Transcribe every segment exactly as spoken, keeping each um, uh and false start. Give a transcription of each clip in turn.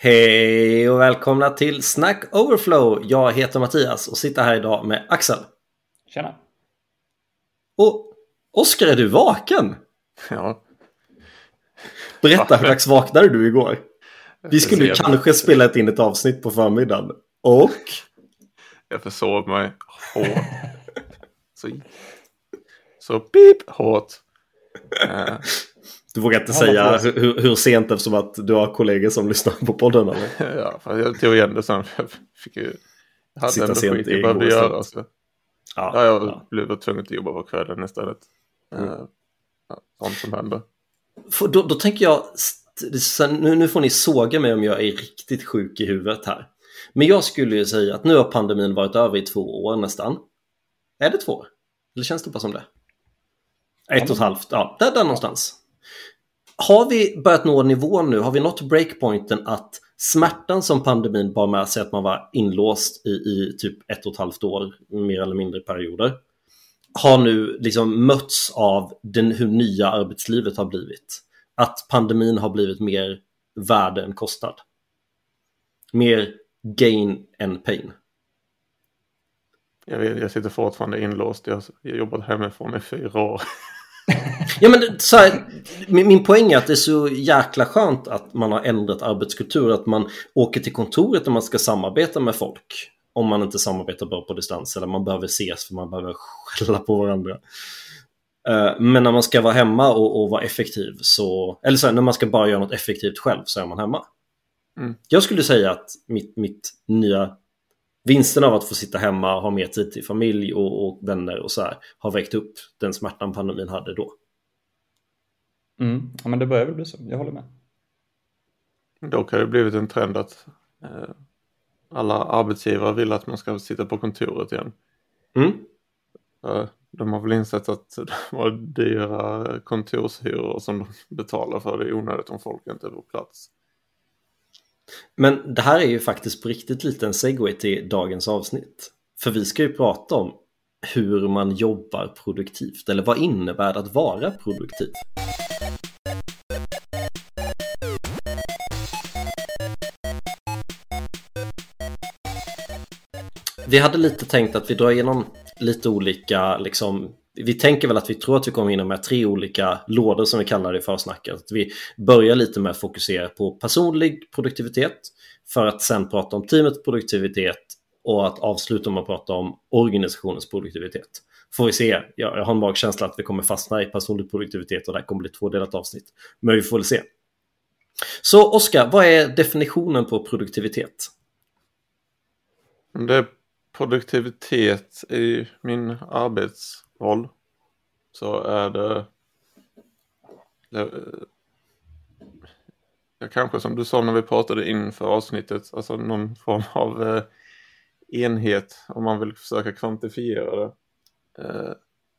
Hej och välkomna till Snack Overflow. Jag heter Mattias och sitter här idag med Axel. Tjena. Och Oskar, är du vaken? Ja. Berätta, hur dags vaknade du igår? Vi skulle ju kanske spela in ett avsnitt på förmiddagen. Och? Jag försov mig hårt. Så, så pip hårt. Uh. Du vågar inte säga hur, hur sent, eftersom att du har kollegor som lyssnar på podden, eller? Ja, för jag tog igen det sen. Jag fick ju... Jag hade Sitta ändå sent skit jag behövde göra. Så. Ja, ja, jag ja. blev tvungen att jobba på kvällen istället. Mm. Uh, sånt som händer. För då, då tänker jag... Nu, nu får ni såga mig om jag är riktigt sjuk i huvudet här. Men jag skulle ju säga att nu har pandemin varit över i två år nästan. Är det två år? Eller känns det bara som det? Ett och ett halvt, ja, där, där någonstans. Har vi börjat nå nivån nu? Har vi nått breakpointen att smärtan som pandemin bar med sig, att man var inlåst i, i typ ett och ett halvt år, mer eller mindre perioder, har nu liksom mötts av den, hur nya arbetslivet har blivit? Att pandemin har blivit mer värde än kostnad. Mer gain än pain. Jag vet, jag sitter fortfarande inlåst. Jag har jobbat hemifrån i fyra år. Ja, men så här, min, min poäng är att det är så jäkla skönt att man har ändrat arbetskultur, att man åker till kontoret när man ska samarbeta med folk, om man inte samarbetar bara på distans, eller man behöver ses för man behöver skälla på varandra. Uh, men när man ska vara hemma och, och vara effektiv, så, eller så här, när man ska bara göra något effektivt själv, så är man hemma. Mm. Jag skulle säga att mitt, mitt nya vinsten av att få sitta hemma och ha mer tid till familj och, och vänner och så här har väckt upp den smärtan pandemin hade då. Mm. Ja, men det börjar väl bli så, jag håller med. Dock har det blivit en trend att eh, alla arbetsgivare vill att man ska sitta på kontoret igen. Mm. Eh, de har väl insett att de har dyra kontorshyror som de betalar för. Det är onödigt om folk inte är på plats. Men det här är ju faktiskt på riktigt lite en segue till dagens avsnitt. För vi ska ju prata om hur man jobbar produktivt. Eller vad innebär det att vara produktiv? Vi hade lite tänkt att vi drar igenom lite olika, liksom, vi tänker väl att vi tror att vi kommer in med tre olika lådor som vi kallar det i försnacket. Att vi börjar lite med att fokusera på personlig produktivitet, för att sen prata om teamets produktivitet och att avsluta med att prata om organisationens produktivitet. Får vi se, jag har en magkänsla att vi kommer fastna i personlig produktivitet och det här kommer bli två delat avsnitt. Men vi får väl se. Så Oskar, vad är definitionen på produktivitet? Det är produktivitet i min arbetsroll, så är det, det jag kanske, som du sa när vi pratade inför avsnittet, alltså någon form av eh, enhet, om man vill försöka kvantifiera det. Eh,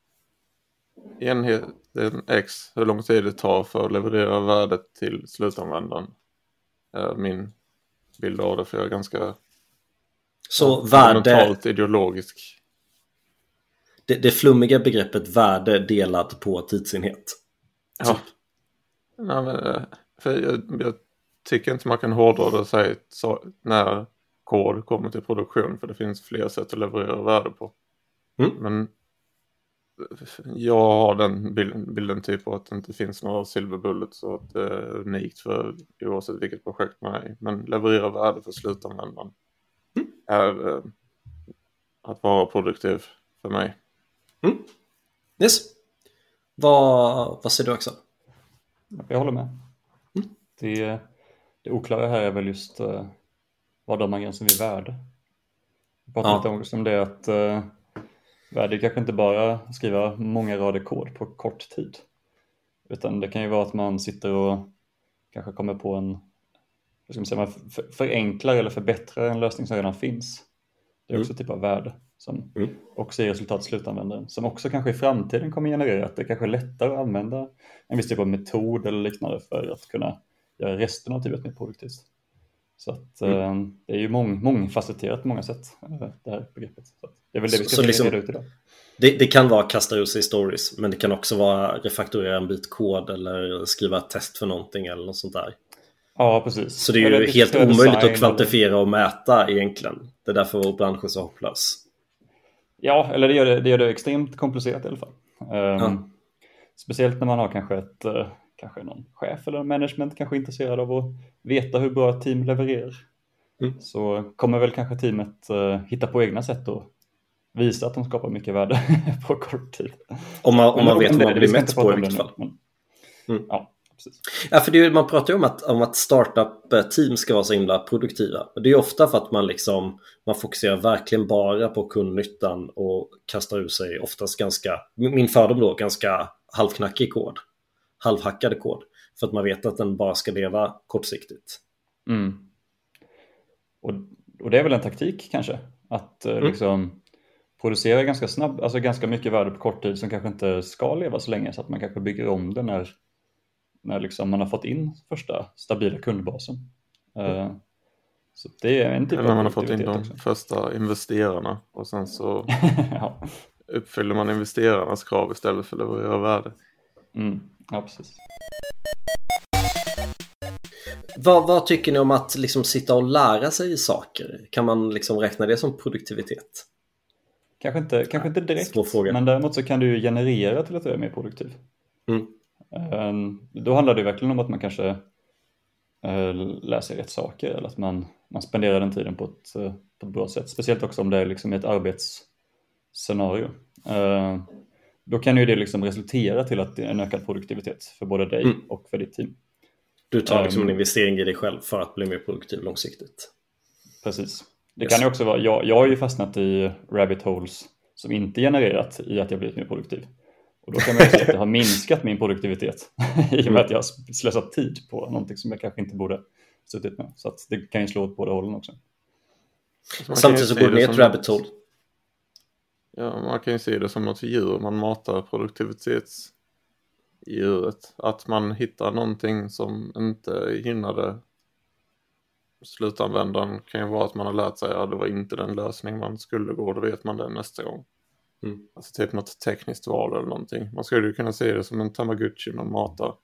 enheten X, hur lång tid det tar för att leverera värdet till slutanvändaren. Eh, min bild av det, för jag är ganska så värde, ideologisk. Det, det flummiga begreppet värde delat på tidsenhet. Ja. Nej, men, för jag, jag tycker inte man kan hårdra det och säga så, när kod kommer till produktion, för det finns fler sätt att leverera värde på. Mm. Men jag har den bilden, bilden typ av att det inte finns några silver bullets, så att det är unikt för oavsett vilket projekt man är i. Men leverera värde för slutanvändaren mm. är eh, att vara produktiv för mig. Mm. Yes. Vad, vad säger du också? Jag håller med. Mm. Det, det oklara här är väl just uh, vad drar man gränsen vid värde. Jag pratar ja. lite om det att uh, värde kanske inte bara skriva många rader kod på kort tid. Utan det kan ju vara att man sitter och kanske kommer på en, vad ska man säga, man för, förenklar eller förbättrar en lösning som redan finns. Det är också mm. typ av värde som mm. också är resultat slutanvändaren. Som också kanske i framtiden kommer generera att det kanske är lättare att använda en viss typ av metod eller liknande för att kunna göra resten av livet mer produktivt. Så att mm. eh, det är ju mång, mångfacetterat på många sätt, det här begreppet. Så det är väl det vi ska så liksom, reda ut idag. Det, det kan vara kasta ur sig stories, men det kan också vara refaktorera en bit kod eller skriva ett test för någonting eller något sånt där. Ja, precis. Så det är ju Eller helt design, omöjligt att kvantifiera eller... och mäta egentligen. Det är därför vår bransch är så hopplös. Ja, eller det gör det, det gör det extremt komplicerat i alla fall. Um, Ja. Speciellt när man har kanske ett uh, kanske någon chef eller management kanske är intresserad av att veta hur bra ett team levererar. Mm. Så kommer väl kanske teamet uh, hitta på egna sätt och visa att de skapar mycket värde på kort tid. Om man, om man vet vad vad man blir mätt på i vilket fall. Men, Mm. Ja, precis. Ja, för det är, man pratar ju om att, om att startup-team ska vara så himla produktiva. Det är ofta för att man liksom man fokuserar verkligen bara på kundnyttan och kastar ur sig oftast ganska, min fördom då, ganska halvknackig kod. Halvhackade kod. För att man vet att den bara ska leva kortsiktigt. Mm. Och, och det är väl en taktik kanske. Att mm. liksom producera ganska snabbt, alltså ganska mycket värde på kort tid som kanske inte ska leva så länge, så att man kanske bygger om det när, när liksom man har fått in första stabila kundbasen. Mm. Uh, så det är en typ av när man har fått in de också. första investerarna och sen så ja. uppfyller man investerarnas krav istället för att leverera värde. Mm. Ja, precis. Vad, vad tycker ni om att liksom sitta och lära sig saker? Kan man liksom räkna det som produktivitet? Kanske inte, kanske inte direkt, men däremot så kan du ju generera till att du är mer produktiv. Mm. Um, då handlar det verkligen om att man kanske uh, läser rätt saker, eller att man, man spenderar den tiden på ett, uh, på ett bra sätt. Speciellt också om det är liksom ett arbetsscenario. Uh, då kan ju det liksom resultera till att det är en ökad produktivitet för både dig mm. och för ditt team. Du tar liksom um, en investering i dig själv för att bli mer produktiv långsiktigt. Precis. Det kan ju också vara, jag, jag har ju fastnat i rabbit holes som inte genererat i att jag blivit mer produktiv. Och då kan man ju säga att det har minskat min produktivitet i och med att jag har slösat tid på någonting som jag kanske inte borde suttit med. Så att det kan ju slå åt båda hållen också. Samtidigt så går det ner ett rabbit hole. Ja, man kan ju se det som något djur. Man matar produktivitetsdjuret. Att man hittar någonting som inte gynnade slutanvändaren, kan ju vara att man har lärt sig att ja, det var inte den lösning man skulle gå, då vet man det nästa gång. Mm. Alltså typ något tekniskt val eller någonting. Man skulle ju kunna se det som en Tamagotchi man matar.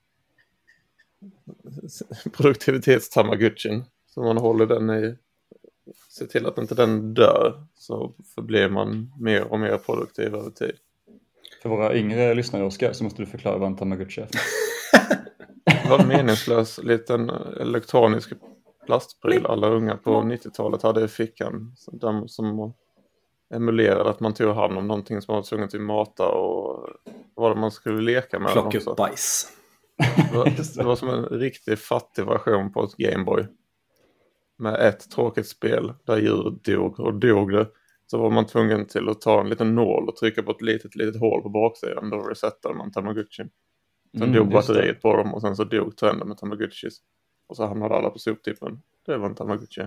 Produktivitets-Tamagotchin. Så man håller den i, ser till att inte den dör, så förblir man mer och mer produktiv över tid. För våra yngre lyssnare, Oskar, så måste du förklara vad en Tamagotchi är. Det var en meningslös liten elektronisk plastpryl alla unga på nittiotalet hade i fickan. De som emulerade att man tog hand om någonting som man var tvungen till mata och vad man skulle leka med. Plocka upp bajs. Det var, det var som en riktigt fattig version på ett Gameboy. Med ett tråkigt spel där djuret dog, och dog det så var man tvungen till att ta en liten nål och trycka på ett litet, litet hål på baksidan. Då resetade man Tamagotchin. Sen mm, dog batteriet det. på dem och sen så dog trenden med Tamagotchis. Och så hamnade alla på soptippen. Det var en Tamagotchi.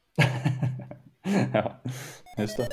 Ja, just det.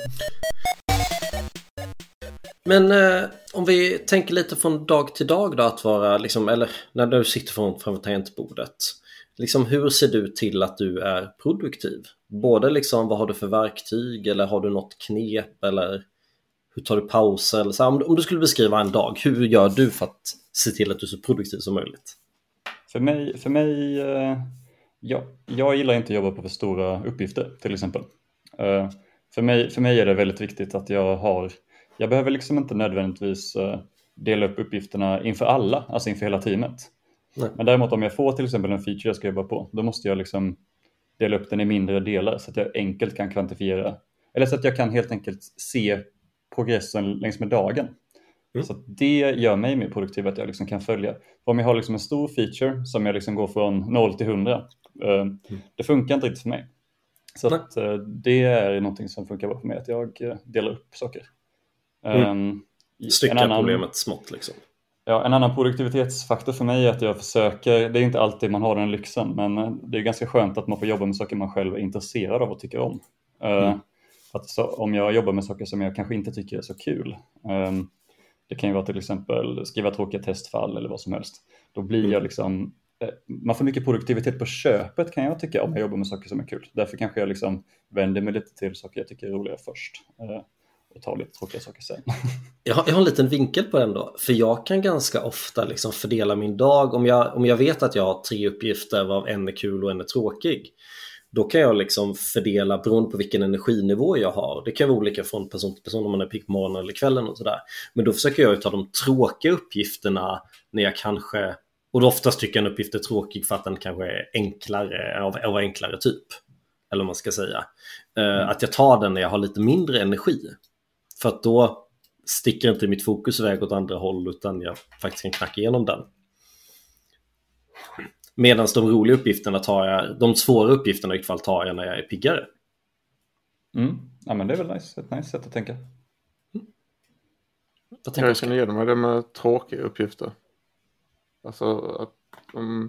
Men eh, om vi tänker lite från dag till dag då, att vara liksom, eller när du sitter framför tangentbordet. Liksom, hur ser du till att du är produktiv? Både liksom, vad har du för verktyg, eller har du något knep, eller hur tar du pauser? Eller så här, om, om du skulle beskriva en dag, hur gör du för att se till att du är så produktiv som möjligt? För mig, för mig ja, jag gillar inte att jobba på för stora uppgifter till exempel. För mig, för mig är det väldigt viktigt att jag har, jag behöver liksom inte nödvändigtvis dela upp uppgifterna inför alla, alltså inför hela teamet. Nej. Men däremot om jag får till exempel en feature jag ska jobba på, då måste jag liksom dela upp den i mindre delar så att jag enkelt kan kvantifiera, eller så att jag kan helt enkelt se progressen längs med dagen. Mm. Så att det gör mig mer produktiv, att jag liksom kan följa. För om jag har liksom en stor feature som jag liksom går från noll till hundra, eh, mm. det funkar inte riktigt för mig. Så att, eh, det är någonting som funkar bra för mig, att jag eh, delar upp saker. Mm. Um, Stycka annan, problemet smått liksom. Ja, en annan produktivitetsfaktor för mig är att jag försöker, det är inte alltid man har den lyxen, men det är ganska skönt att man får jobba med saker man själv är intresserad av och tycker om. Mm. Uh, att så, om jag jobbar med saker som jag kanske inte tycker är så kul, um, det kan ju vara till exempel skriva tråkiga testfall eller vad som helst. Då blir mm. jag liksom, man får mycket produktivitet på köpet kan jag tycka om jag jobbar med saker som är kul. Därför kanske jag liksom vänder mig lite till saker jag tycker är roliga först. och ta lite tråkiga saker sen. Jag har, jag har en liten vinkel på den då. För jag kan ganska ofta liksom fördela min dag. Om jag, om jag vet att jag har tre uppgifter varav en är kul och en är tråkig. Då kan jag liksom fördela beroende på vilken energinivå jag har. Det kan vara olika från person till person om man är pigg på morgonen eller kvällen och sådär. Men då försöker jag ta de tråkiga uppgifterna när jag kanske... Och då oftast tycker jag en uppgift är tråkig för att den kanske är enklare, av, av enklare typ. Eller vad man ska säga. Mm. Att jag tar den när jag har lite mindre energi. För att då sticker inte mitt fokus iväg åt andra håll utan jag faktiskt kan knacka igenom den. Medan de roliga uppgifterna tar jag, de svåra uppgifterna i alla fall tar jag när jag är piggare. Mm. Ja, men det är väl nice, ett nice sätt att tänka. Mm. Jag känner igenom mig det med tråkiga uppgifter. Alltså att om,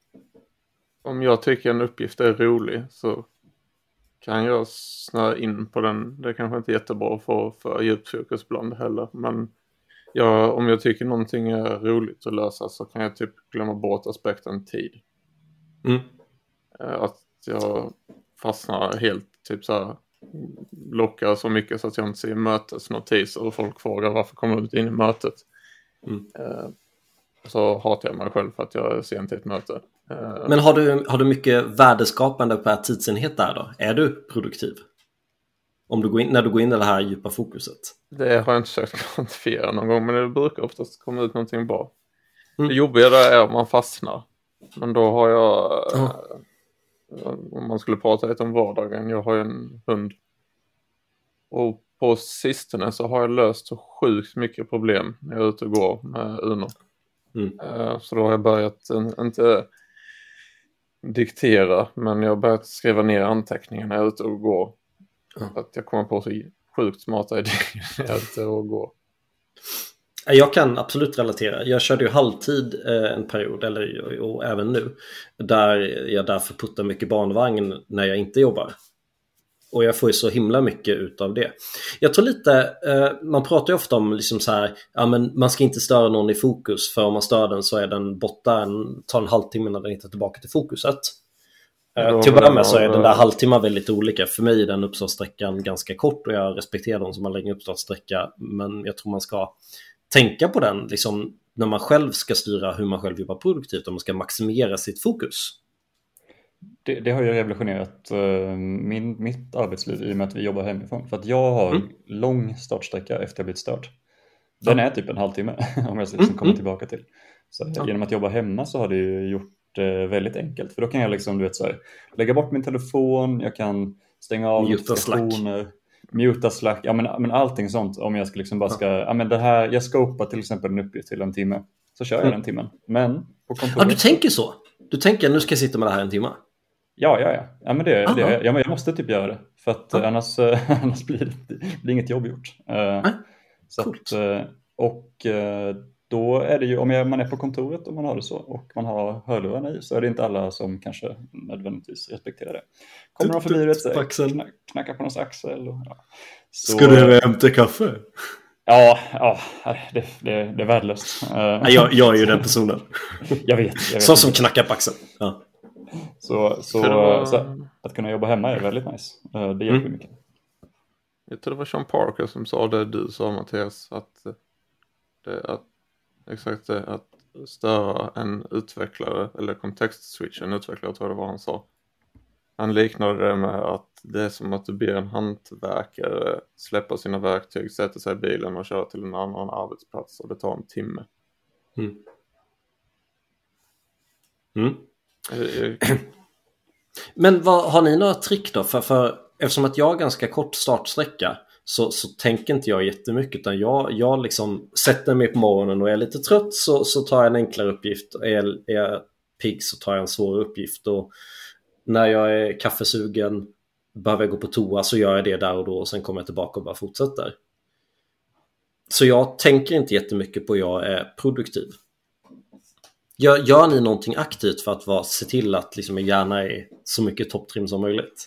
om jag tycker en uppgift är rolig så kan jag snöa in på den. Det är kanske inte är jättebra att få för djupt fokus ibland heller. Men jag, om jag tycker någonting är roligt att lösa så kan jag typ glömma bort aspekten tid. Mm. Att jag fastnar helt, typ så här, lockar så mycket så att jag inte ser mötesnotiser och folk frågar varför kommer du inte in i mötet. Mm. Så hatar jag mig själv för att jag är sent till ett möte. Men har du, har du mycket värdeskapande per tidsenhet där då? Är du produktiv? Om du går in, när du går in i det här djupa fokuset? Det har jag inte försökt kvantifiera någon gång, men det brukar oftast komma ut någonting bra. Mm. Det jobbiga där är om man fastnar. Men då har jag, oh. om man skulle prata lite om vardagen, jag har ju en hund. Och på sistone så har jag löst så sjukt mycket problem när jag är ute och går med Uno. Mm. Så då har jag börjat, inte diktera, men jag har börjat skriva ner anteckningar när jag är ute och går. Mm. Att jag kommer på så sjukt smarta idéer när jag är ute och går. Jag kan absolut relatera. Jag körde ju halvtid eh, en period, eller och även nu, där jag därför puttar mycket barnvagn när jag inte jobbar. Och jag får ju så himla mycket ut av det. Jag tror lite, eh, man pratar ju ofta om liksom så här, ja men man ska inte störa någon i fokus, för om man stör den så är den borta, en, tar en halvtimme när den hittar tillbaka till fokuset. Eh, till att börja med så är den där halvtimmen väldigt olika. För mig är den uppstartsträckan ganska kort och jag respekterar de som har längre uppstartsträcka. Men jag tror man ska tänka på den liksom, när man själv ska styra hur man själv jobbar produktivt, om man ska maximera sitt fokus. Det, det har ju revolutionerat uh, min, mitt arbetsliv i och med att vi jobbar hemifrån. För att jag har mm. lång startsträcka efter jag blivit störd. Den ja. är typ en halvtimme om jag liksom mm. kommer tillbaka till. Så ja. genom att jobba hemma så har det ju gjort det väldigt enkelt. För då kan jag liksom, du vet, så här, lägga bort min telefon, jag kan stänga av notifikationer, muta Slack, ja men, men allting sånt. Om jag ska liksom bara ska, ja, ja men det här, jag scopar till exempel en uppgift till en timme. Så kör jag mm. den timmen. Men på kontoret... Ja, du tänker så? Du tänker, nu ska jag sitta med det här en timme? Ja, ja, ja. ja men det, det, ja, men jag måste typ göra det. För att ah. annars, annars blir det blir inget jobb gjort. Uh, så att, och då är det ju, om jag, man är på kontoret och man har det så och man har hörlurarna i, så är det inte alla som kanske nödvändigtvis respekterar det. Kommer de förbi det, knack, knacka på någons axel. Och, ja. Så, ska du hämta kaffe? Ja, ja det, det, det är värdelöst. Uh, jag, jag är ju den personen. jag vet. Jag vet så som knackar på axeln. Ja. Så, så, var... så att kunna jobba hemma är väldigt nice. Det hjälper mm. mycket. Jag tror det var Sean Parker som sa det du sa, Mattias, att, det, att exakt det, att störa en utvecklare eller kontextswitch en utvecklare, tror jag det var han sa. Han liknade det med att det är som att du ber en hantverkare släppa sina verktyg, sätta sig i bilen och köra till en annan arbetsplats och det tar en timme. Mm. Mm. Men vad, har ni några trick då? För, för eftersom att jag har ganska kort startsträcka så, så tänker inte jag jättemycket, utan jag, jag liksom sätter mig på morgonen och är lite trött så, så tar jag en enklare uppgift. Är jag, är jag pigg så tar jag en svår uppgift, och när jag är kaffesugen behöver jag gå på toa så gör jag det där och då, och sen kommer jag tillbaka och bara fortsätter. Så jag tänker inte jättemycket på att jag är produktiv. Gör, gör ni någonting aktivt för att vara, se till att liksom min hjärna är så mycket topptrim som möjligt?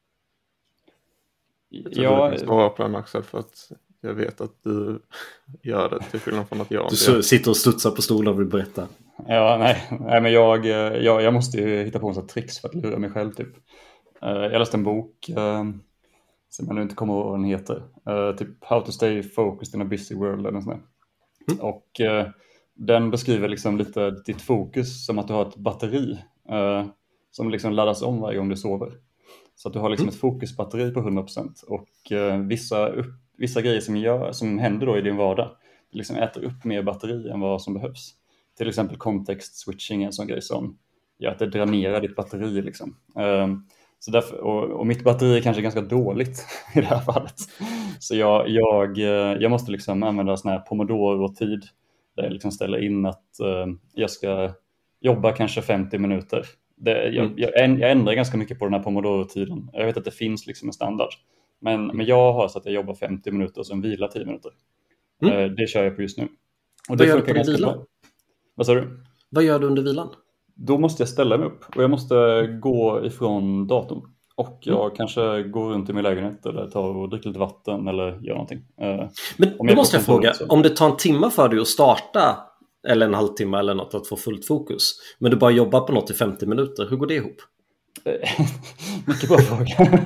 Jag tror ja, du kan svara på den, Axel, för att jag vet att du gör det till skillnad från att jag inte Du sitter och studsar på stolen och vill berätta. Ja, nej, nej men jag, jag, jag måste ju hitta på en sån tricks för att lura mig själv typ. Jag läste en bok som jag nu inte kommer ihåg vad den heter. Uh, typ How to stay focused in a busy world eller något sånt där. Mm. Och uh, den beskriver liksom lite ditt fokus som att du har ett batteri uh, som liksom laddas om varje gång du sover. Så att du har liksom mm. ett fokusbatteri på hundra procent. Och uh, vissa, upp, vissa grejer som, gör, som händer då i din vardag liksom äter upp mer batteri än vad som behövs. Till exempel context switching är en sån grej som gör att det dränerar ditt batteri. Liksom. Um, så därför, och, och mitt batteri är kanske ganska dåligt i det här fallet. Så jag, jag, jag måste liksom använda sån här Pomodoro-tid där jag liksom ställer in att uh, jag ska jobba kanske femtio minuter. Det, jag, mm. jag, jag ändrar ganska mycket på den här Pomodoro-tiden. Jag vet att det finns liksom en standard. Men, men jag har så att jag jobbar femtio minuter och sen vilar tio minuter. Mm. Uh, det kör jag på just nu. Och det Vad gör du under vilan? Bra. Vad sa du? Vad gör du under vilan? Då måste jag ställa mig upp och jag måste gå ifrån datorn. Och jag mm. kanske går runt i min lägenhet eller tar och dricker lite vatten eller gör någonting. Men då måste jag fråga, så. Om det tar en timme för dig att starta eller en halvtimme eller något att få fullt fokus, men du bara jobbar på något i femtio minuter, hur går det ihop? Mycket bra fråga.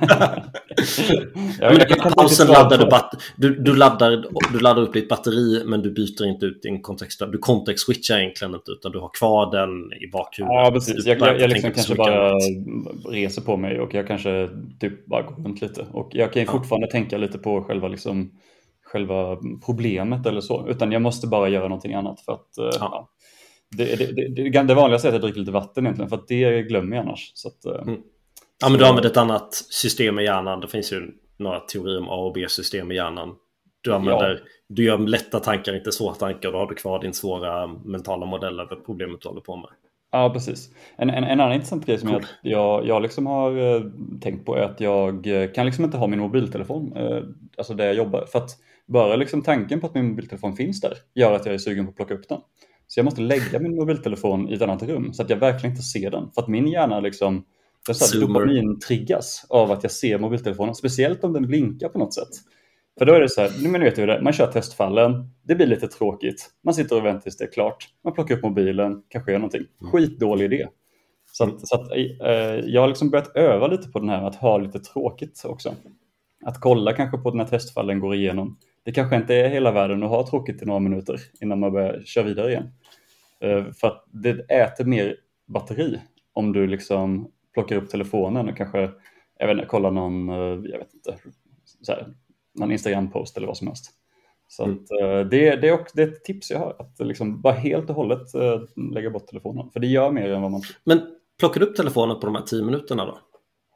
ja, men jag kan pausen laddar du, bat- du, du, laddar, du laddar upp ditt batteri, men du byter inte ut din kontext. Du kontext-switchar egentligen inte, utan du har kvar den i bakhuvudet. Ja, precis. Jag, jag, jag liksom kanske bara reser på mig och jag kanske typ bara går runt lite. Och jag kan ju fortfarande ja. tänka lite på själva, liksom, själva problemet eller så. Utan jag måste bara göra någonting annat för att... Ja. Ja. Det, det, det, det vanligaste är att jag dricker lite vatten egentligen, för att det glömmer jag annars. Så att, mm. Ja, men du använder ett annat system i hjärnan. Det finns ju några teorier om A och B-system i hjärnan. Du använder, ja. du gör lätta tankar, inte svåra tankar. Då har du kvar din svåra mentala modell över problemet du håller på med. Ja, precis. En, en, en annan intressant grej som cool. jag, jag liksom har uh, tänkt på är att jag kan liksom inte ha min mobiltelefon, uh, alltså där jag jobbar. För att bara liksom tanken på att min mobiltelefon finns där gör att jag är sugen på att plocka upp den. Så jag måste lägga min mobiltelefon i ett annat rum så att jag verkligen inte ser den. För att min hjärna liksom, dopamin triggas av att jag ser mobiltelefonen. Speciellt om den blinkar på något sätt. För då är det så här, nu vet du det, man kör testfallen, det blir lite tråkigt. Man sitter och väntar tills det är klart. Man plockar upp mobilen, kanske gör någonting. Skitdålig idé. Så att, så att eh, jag har liksom börjat öva lite på den här att ha lite tråkigt också. Att kolla kanske på den här testfallen går igenom. Det kanske inte är hela världen att ha tråkigt i några minuter innan man börjar köra vidare igen. Uh, för att det äter mer batteri om du liksom plockar upp telefonen och kanske jag vet inte, kollar någon, uh, jag vet inte, så här, någon Instagram-post eller vad som helst. Så mm. att, uh, det, det, är också, det är ett tips jag har, att liksom bara helt och hållet uh, lägga bort telefonen. För det gör mer än vad man tror. Men plockar du upp telefonen på de här tio minuterna då?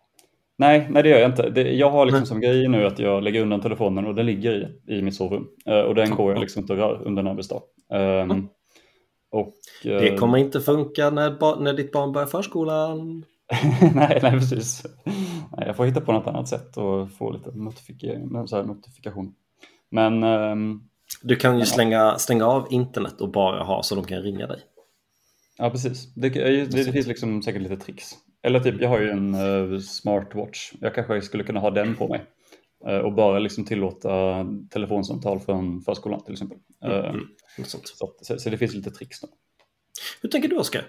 Nej, nej det gör jag inte. Det, jag har liksom som grej nu att jag lägger undan telefonen och den ligger i, i mitt sovrum. Uh, och den går jag liksom inte att röra under en arbetsdag. Um, mm. och, uh, det kommer inte funka när, ba- när ditt barn börjar förskolan. nej, nej, precis. Nej, jag får hitta på något annat sätt och få lite notifika- så här, notifikation. Men... Um, du kan ju slänga, stänga av internet och bara ha så de kan ringa dig. Ja, precis. Det, det, det finns liksom säkert lite tricks. Eller typ, jag har ju en uh, smartwatch. Jag kanske skulle kunna ha den på mig. Uh, och bara liksom tillåta telefonsamtal från förskolan till exempel. Uh, mm, mm. Så, så, så det finns lite tricks då. Hur tänker du, Oskar?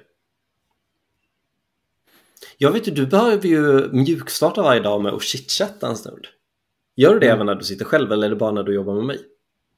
Jag vet ju, du behöver ju mjukstarta varje dag med att chitchatta en stund. Gör du det mm. även när du sitter själv eller är det bara när du jobbar med mig?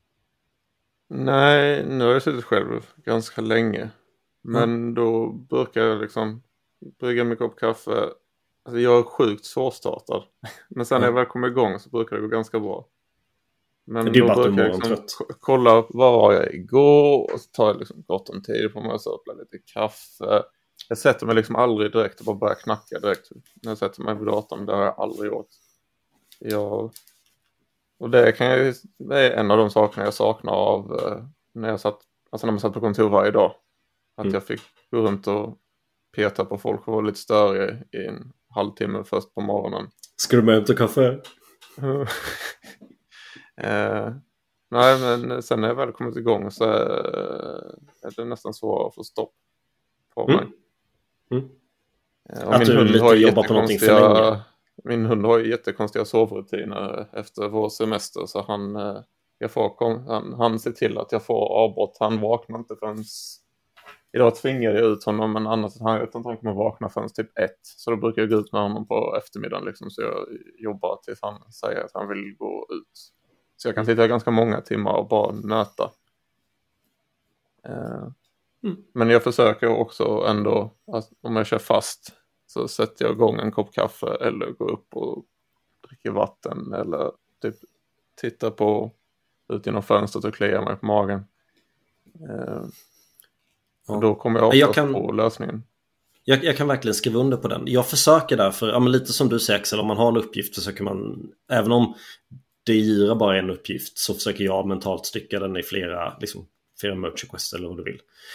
Nej, nu har jag suttit själv ganska länge. Men mm. då brukar jag liksom brygga min kopp kaffe. Alltså jag är sjukt svårstartad. Men sen mm. när jag väl kommer igång så brukar det gå ganska bra. Men det är då bara brukar jag liksom k- kolla vad var jag igår. Och så tar jag liksom gott om tid på mig och söplar lite kaffe. Jag sätter mig liksom aldrig direkt och bara börjar knacka direkt. När jag sätter mig på datorn, det har jag aldrig gjort. Jag... Och det kan jag, det är en av de sakerna jag saknar av när jag satt, alltså när man satt på kontor varje dag. Att mm. jag fick gå runt och peta på folk och vara lite större i en halvtimme först på morgonen. Ska du med hem till kaffe? eh, nej, men sen när jag väl kommit igång så är det nästan svårare att få stopp på mig. Mm. Mm. Eh, och att min du hund lite har jobbar på någonting för länge. Min hund har ju jättekonstiga sovrutiner efter vår semester så han, jag får kom, han, han ser till att jag får avbrott. Han vaknar inte förrän idag tvingar jag ut honom, men annars han vet inte han kommer vakna förrän typ ett. Så då brukar jag gå ut med honom på eftermiddagen liksom, så jag jobbar tills han säger att han vill gå ut. Så jag kan sitta ganska många timmar och bara nöta. Uh, mm. Men jag försöker också ändå, att om jag kör fast så sätter jag igång en kopp kaffe eller går upp och dricker vatten eller typ tittar på ut genom fönstret och kliar mig på magen. Uh, ja. Då kommer jag också jag kan, på lösningen. Jag, jag kan verkligen skriva under på den. Jag försöker därför, ja, men lite som du säger Axel, om man har en uppgift försöker man, även om det ger bara en uppgift, så försöker jag mentalt stycka den i flera, liksom, flera merge requests eller vad du vill.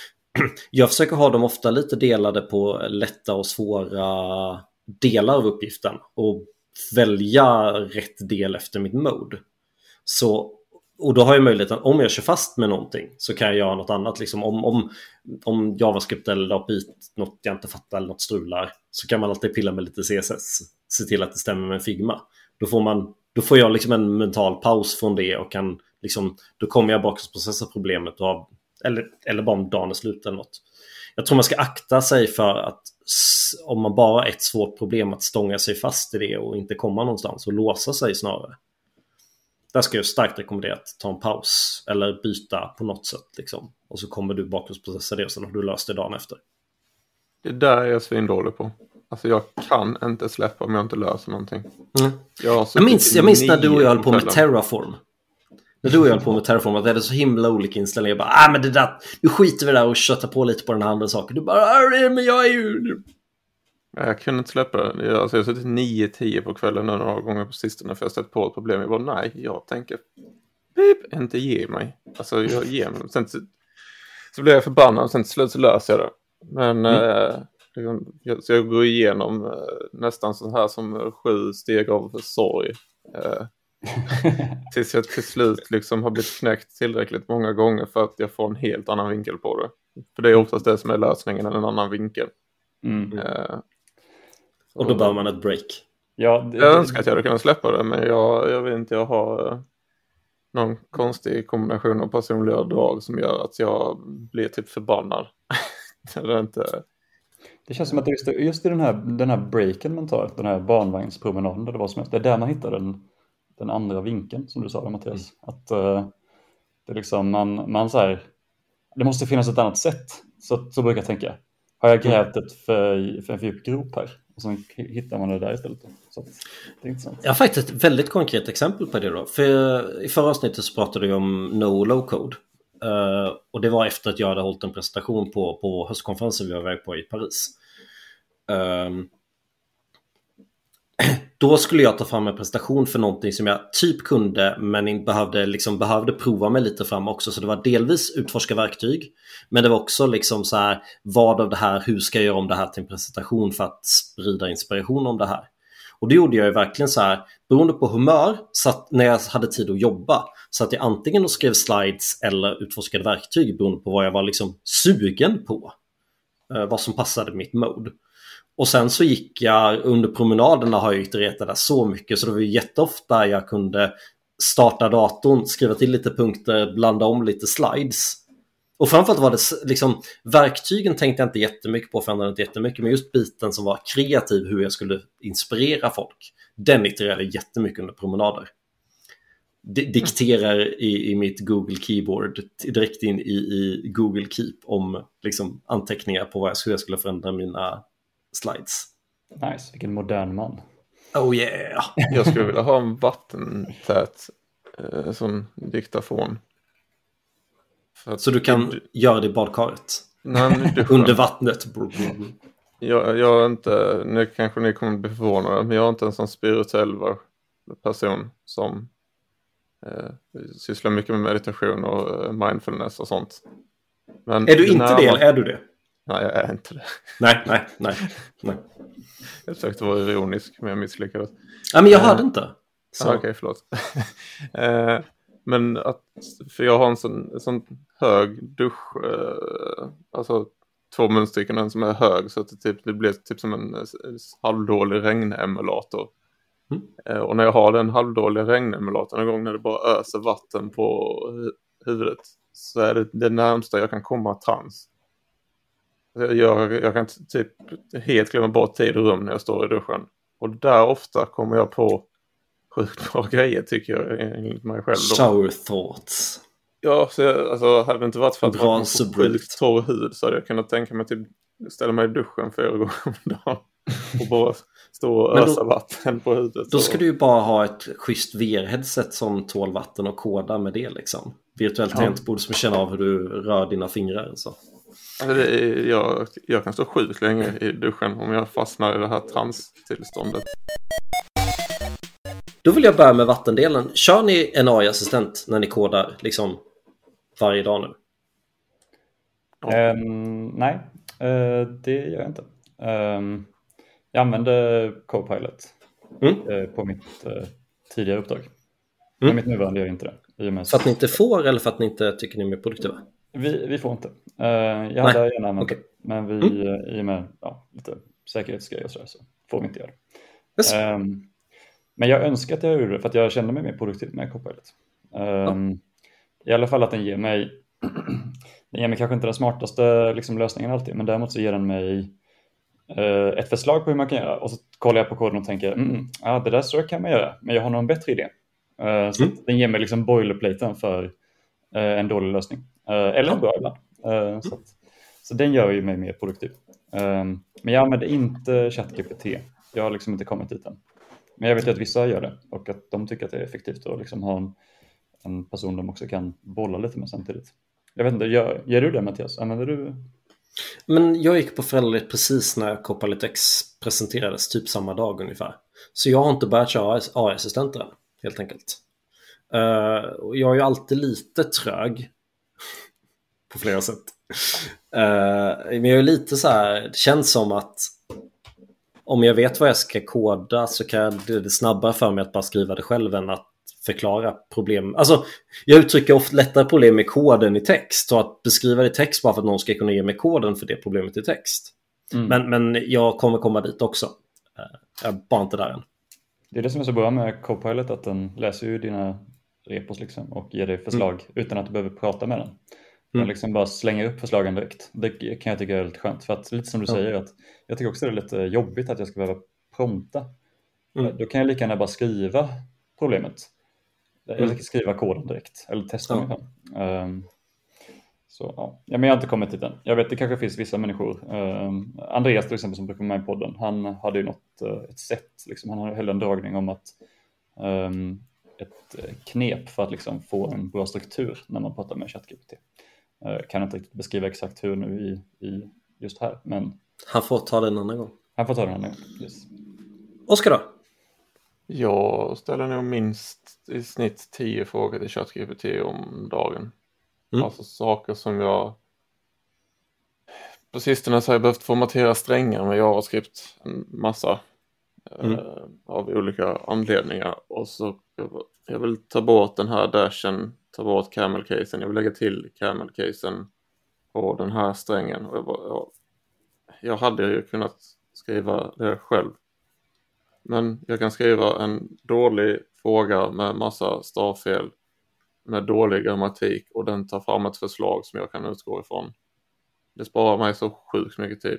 Jag försöker ha dem ofta lite delade på lätta och svåra delar av uppgiften och välja rätt del efter mitt mode. Så, och då har jag möjligheten, om jag kör fast med någonting så kan jag göra något annat. Liksom, om, om, om JavaScript eller A P I, något jag inte fattar eller något strular, så kan man alltid pilla med lite C S S. Se till att det stämmer med Figma. Då får, man, då får jag liksom en mental paus från det och kan liksom, då kommer jag bakgrundsprocessa problemet och ha, eller, eller bara om dagen är slut eller något. Jag tror man ska akta sig för att om man bara har ett svårt problem att stånga sig fast i det och inte komma någonstans och låsa sig snarare. Där ska jag starkt rekommendera att ta en paus eller byta på något sätt liksom. Och så kommer du bakgrundsprocessa det och sen har du löst det dagen efter. Det där är jag svindålig på. Alltså jag kan inte släppa om jag inte löser någonting. Mm. Jag, jag minns, jag minns när du och jag höll på med Terraform. När du och jag höll på med Terraform, att det är så himla olika inställningar. Jag bara, ah men det där, nu skiter vi där och köttar på lite på den här andra saken. Du bara, ah, men jag är ju... Jag kunde inte släppa det. Alltså jag har suttit nio tio på kvällen några gånger på sistone för jag har stött på ett problem. Jag bara, nej, jag tänker pip, inte ge mig. Alltså jag ger mig. Sen så, så blir jag förbannad och sen till slut så löser jag det. Men mm. eh, jag, så jag går igenom eh, nästan så här som sju steg av sorg. Eh, tills jag till slut liksom har blivit knäckt tillräckligt många gånger för att jag får en helt annan vinkel på det. För det är oftast det som är lösningen, en annan vinkel. Mm. Eh, och då behöver man ett break. Ja, det, jag önskar att jag hade kunnat släppa det, men jag, jag vet inte, jag har eh, någon konstig kombination av personliga drag som gör att jag blir typ förbannad. det, är inte... det känns som att just, just i den här, den här breaken man tar, den här barnvagnspromenaden där det var som helst, det är där man hittar den, den andra vinkeln som du sa, Mattias. Mm. Att uh, det är liksom, man, man så här, det måste finnas ett annat sätt. Så, så brukar jag tänka. Har jag grävt ett för, för en för djup grop här? Och så hittar man det där istället. Så det är intressant. Jag har faktiskt ett väldigt konkret exempel på det då. För i förra avsnittet så pratade vi om no low code. Uh, och det var efter att jag hade hållit en presentation på, på höstkonferensen vi var iväg på i Paris. Uh, då skulle jag ta fram en presentation för någonting som jag typ kunde men behövde, liksom, behövde prova mig lite fram också. Så det var delvis utforska verktyg, men det var också liksom så här, vad av det här, hur ska jag göra om det här till en presentation för att sprida inspiration om det här. Och det gjorde jag ju verkligen så här, beroende på humör, så att när jag hade tid att jobba, så att jag antingen och skrev slides eller utforskade verktyg beroende på vad jag var liksom sugen på, eh, vad som passade mitt mode. Och sen så gick jag, under promenaderna har jag itererat det där så mycket, så det var ju jätteofta jag kunde starta datorn, skriva till lite punkter, blanda om lite slides. Och framförallt var det liksom, verktygen tänkte jag inte jättemycket på, förändrade inte jättemycket, men just biten som var kreativ, hur jag skulle inspirera folk, den itererade jättemycket under promenader. D- dikterar i, i mitt Google Keyboard direkt in i, i Google Keep om liksom anteckningar på vad jag, hur jag skulle förändra mina slides. Nice, vilken modern man. Oh yeah. Jag skulle vilja ha en vattentät eh, sån diktafon. Att så du kan det... göra det i badkaret? Nej, det under vattnet. jag, jag är inte, nu kanske ni kommer bli förvånade, men jag är inte en sån spirituell person som eh, sysslar mycket med meditation och mindfulness och sånt. Men är du inte det, eller är du det? Nej, jag är inte det. Nej, nej, nej. nej. Jag försökte vara ironisk, men jag misslyckades. Ja, men jag hörde inte. Så. Ah, Okej, okay, förlåt. eh, men att, för jag har en sån, en sån hög dusch, eh, alltså två munstycken som är hög, så att det, typ, det blir typ som en, en halvdålig regnemulator. Mm. Eh, och när jag har den halvdåliga regnemulatorn en gång när det bara öser vatten på hu- huvudet, så är det det närmsta jag kan komma trans. Jag, jag kan typ helt glömma bort tid och rum när jag står i duschen. Och där ofta kommer jag på sjukt bra grejer tycker jag enligt mig själv. Shower thoughts. Ja, så jag, alltså hade det inte varit för att bra man får sjukt torr hud så hade jag kunnat tänka mig typ ställa mig i duschen flera gånger om dagen och bara stå och ösa då, vatten på huvudet. Då ska och... du ju bara ha ett schysst V R-headset som tål vatten och koda med det liksom. Virtuellt ja. Tangentbord som känner av hur du rör dina fingrar och så. Alltså det är, jag, jag kan stå sjukt länge i duschen om jag fastnar i det här transtillståndet. Då vill jag börja med vattendelen. Kör ni en A I-assistent när ni kodar liksom varje dag nu? Ja. Um, nej, uh, det gör jag inte. Um, jag använder Copilot mm. uh, på mitt uh, tidigare uppdrag. Mm. Men mitt nuvarande gör inte det. I och med för att ni inte får eller för att ni inte tycker ni är mer produktiva? Vi, vi får inte. Uh, jag hade nej. gärna använt okay. det. Men vi, mm. uh, i och med ja, lite säkerhetsgrejer och så, så får vi inte göra det. Yes. Um, men jag önskar att jag gjorde det för att jag kände mig mer produktiv med Copilot. Um, mm. I alla fall att den ger mig den ger mig kanske inte den smartaste liksom, lösningen alltid, men däremot så ger den mig uh, ett förslag på hur man kan göra och så kollar jag på koden och tänker mm, ja, det där så kan man göra, men jag har nog en bättre idé. Uh, så mm. den ger mig liksom boilerplaten för uh, en dålig lösning. Uh, eller en bra ibland. Uh, så, att, så den gör ju mig mer produktiv. Um, men jag använder inte ChatGPT. Jag har liksom inte kommit dit än. Men jag vet ju att vissa gör det och att de tycker att det är effektivt att liksom ha en, en person de också kan bolla lite med samtidigt. Jag vet inte, gör, gör du det Mattias? Använder du? Men jag gick på föräldraledigt precis när Copilot X presenterades, typ samma dag ungefär. Så jag har inte börjat köra A I-assistenter än, helt enkelt. Uh, och jag är ju alltid lite trög på flera sätt. Uh, men jag är lite så här, det känns som att om jag vet vad jag ska koda så kan det, det snabbare för mig att bara skriva det själv än att förklara problem. Alltså, jag uttrycker ofta lättare problem med koden i text och att beskriva det i text bara för att någon ska kunna ge mig koden för det problemet i text. Mm. Men, men jag kommer komma dit också. Jag är bara inte där än. Det är det som är så bra med Copilot, att den läser ju dina repos liksom och ger dig förslag mm. utan att du behöver prata med den. Den mm. liksom bara slänger upp förslagen direkt. Det kan jag tycka är lite skönt. För att lite som du ja. säger, att jag tycker också det är lite jobbigt att jag ska behöva prompta. Mm. Då kan jag lika gärna bara skriva problemet. Mm. Eller skriva koden direkt. Eller testa ja. mig fram. Um, så ja. ja, men jag har inte kommit till den. Jag vet, det kanske finns vissa människor. Um, Andreas till exempel som brukar vara med i podden. Han hade ju något, uh, ett sätt. Liksom, han höll en dragning om att um, ett knep för att liksom få en bra struktur när man pratar med ChatGPT. Jag kan inte riktigt beskriva exakt hur nu i, i just här, men han får ta det en annan gång. Han får ta det en annan gång, yes. Oskar då? Jag ställer nog minst i snitt tio frågor till ChatGPT om dagen. Mm. Alltså saker som jag på sistone så har jag behövt formatera strängar med JavaScript en massa mm. eh, av olika anledningar. Och så jag vill ta bort den här dashen, ta bort camel-casen. Jag vill lägga till camel-casen på den här strängen. Och jag, bara, jag, jag hade ju kunnat skriva det själv. Men jag kan skriva en dålig fråga med massa stavfel, med dålig grammatik, och den tar fram ett förslag som jag kan utgå ifrån. Det sparar mig så sjukt mycket tid.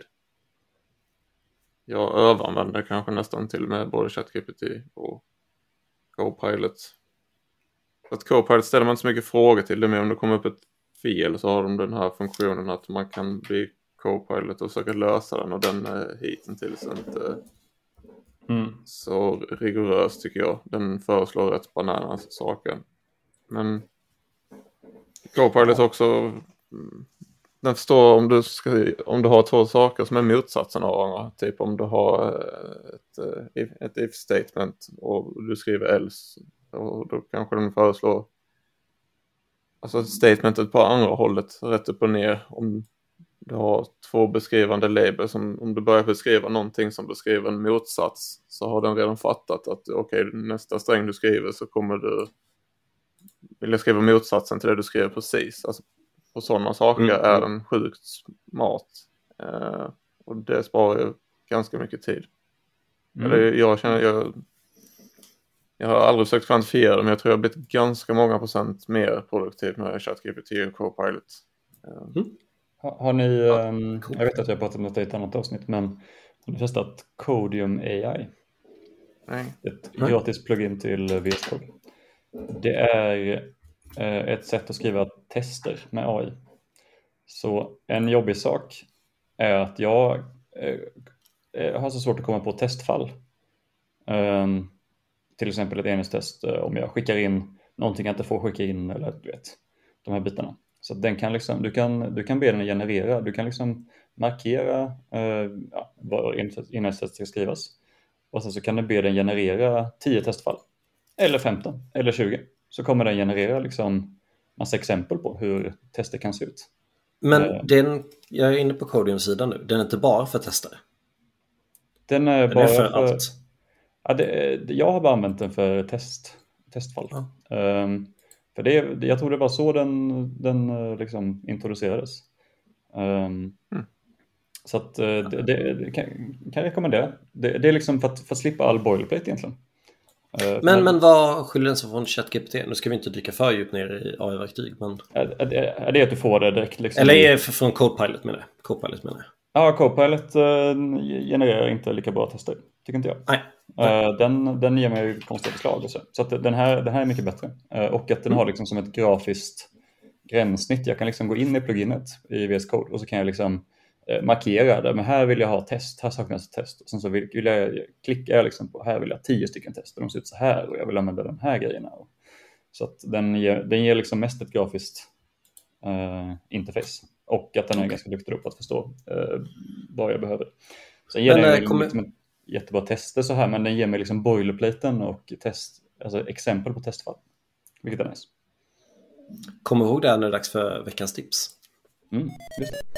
Jag överanvänder kanske nästan till och med både ChatGPT och Copilot. För att Copilot ställer man inte så mycket frågor till det, men om det kommer upp ett fel så har de den här funktionen att man kan bli Copilot och försöka lösa den, och den är hittills inte mm. så rigorös tycker jag. Den föreslår rätt bananas saker. Men Copilot också, den förstår om du, ska, om du har två saker som är motsatsen av varandra. Typ om du har ett, ett if statement och du skriver else, och då kanske den föreslår alltså statementet på andra hållet, rätt upp och ner. Om du har två beskrivande labels, som om du börjar beskriva någonting som beskriver en motsats, så har den redan fattat att okej, okay, nästa sträng du skriver så kommer du vilja skriva motsatsen till det du skriver precis. Alltså på sådana saker mm. är den sjukt smart. Eh, och det sparar ju ganska mycket tid. Mm. Eller jag känner, jag, jag har aldrig försökt kvantifiera det, men jag tror jag har blivit ganska många procent mer produktiv med ChatGPT och Copilot. Eh, mm. Har, har ni, Ja, um, cool. jag vet att jag har pratat om detta i ett annat avsnitt, men har ni testat Codium A I? Nej. Ett Nej. gratis plugin till V S Code. Det är eh, ett sätt att skriva tester med A I. Så en jobbig sak är att jag eh, har så svårt att komma på testfall. Um, till exempel ett enhetstest uh, om jag skickar in någonting jag inte får skicka in, eller du vet, de här bitarna. Så att den kan liksom, du kan, du kan be den generera, du kan liksom markera uh, ja, vad enhetstest ska skrivas. Och sen så kan du be den generera tio testfall. Eller femton, eller tjugo. Så kommer den generera liksom massa exempel på hur tester kan se ut. Men uh, den, jag är inne på Codium-sidan nu. Den är inte bara för testare. Den är Den bara är för, för allt. Ja, det, jag har bara använt den för test, testfall. Ja. Um, för det, jag tror det var så den, den liksom introducerades. Um, mm. Så att, det, det, det kan, kan jag rekommendera. Det, det är liksom för att, för att slippa all boilerplate egentligen. Uh, Men, men vad skiljer den sig från ChatGPT? Nu ska vi inte dyka för djupt ner i A I-verktyg. Men... Är, är, är det att du får det direkt? Liksom? Eller är det från Copilot med det? Copilot med det. Ja, Copilot uh, genererar inte lika bra tester, tycker inte jag. Nej. Uh, den, den ger mig konstiga förslag och så. Så att den, här, den här är mycket bättre. Uh, och att den Mm. har liksom som ett grafiskt gränssnitt. Jag kan liksom gå in i pluginet i V S Code och så kan jag liksom uh, markera det. Men här vill jag ha test, här saknas ett test. Och sen så vill, vill jag klicka jag liksom på, här vill jag tio stycken tester. De ser ut så här och jag vill använda de här grejerna. Så att den ger, den ger liksom mest ett grafiskt uh, interface. Och att den är okay. ganska duktig på att förstå uh, vad jag behöver. Sen ger men, den äh, liksom, kommer... liksom jättebra tester så här, men den ger mig liksom boilerplaten och test, alltså exempel på testfall, vilket är nice. Kom ihåg det när det är dags för veckans tips. Mm, just det.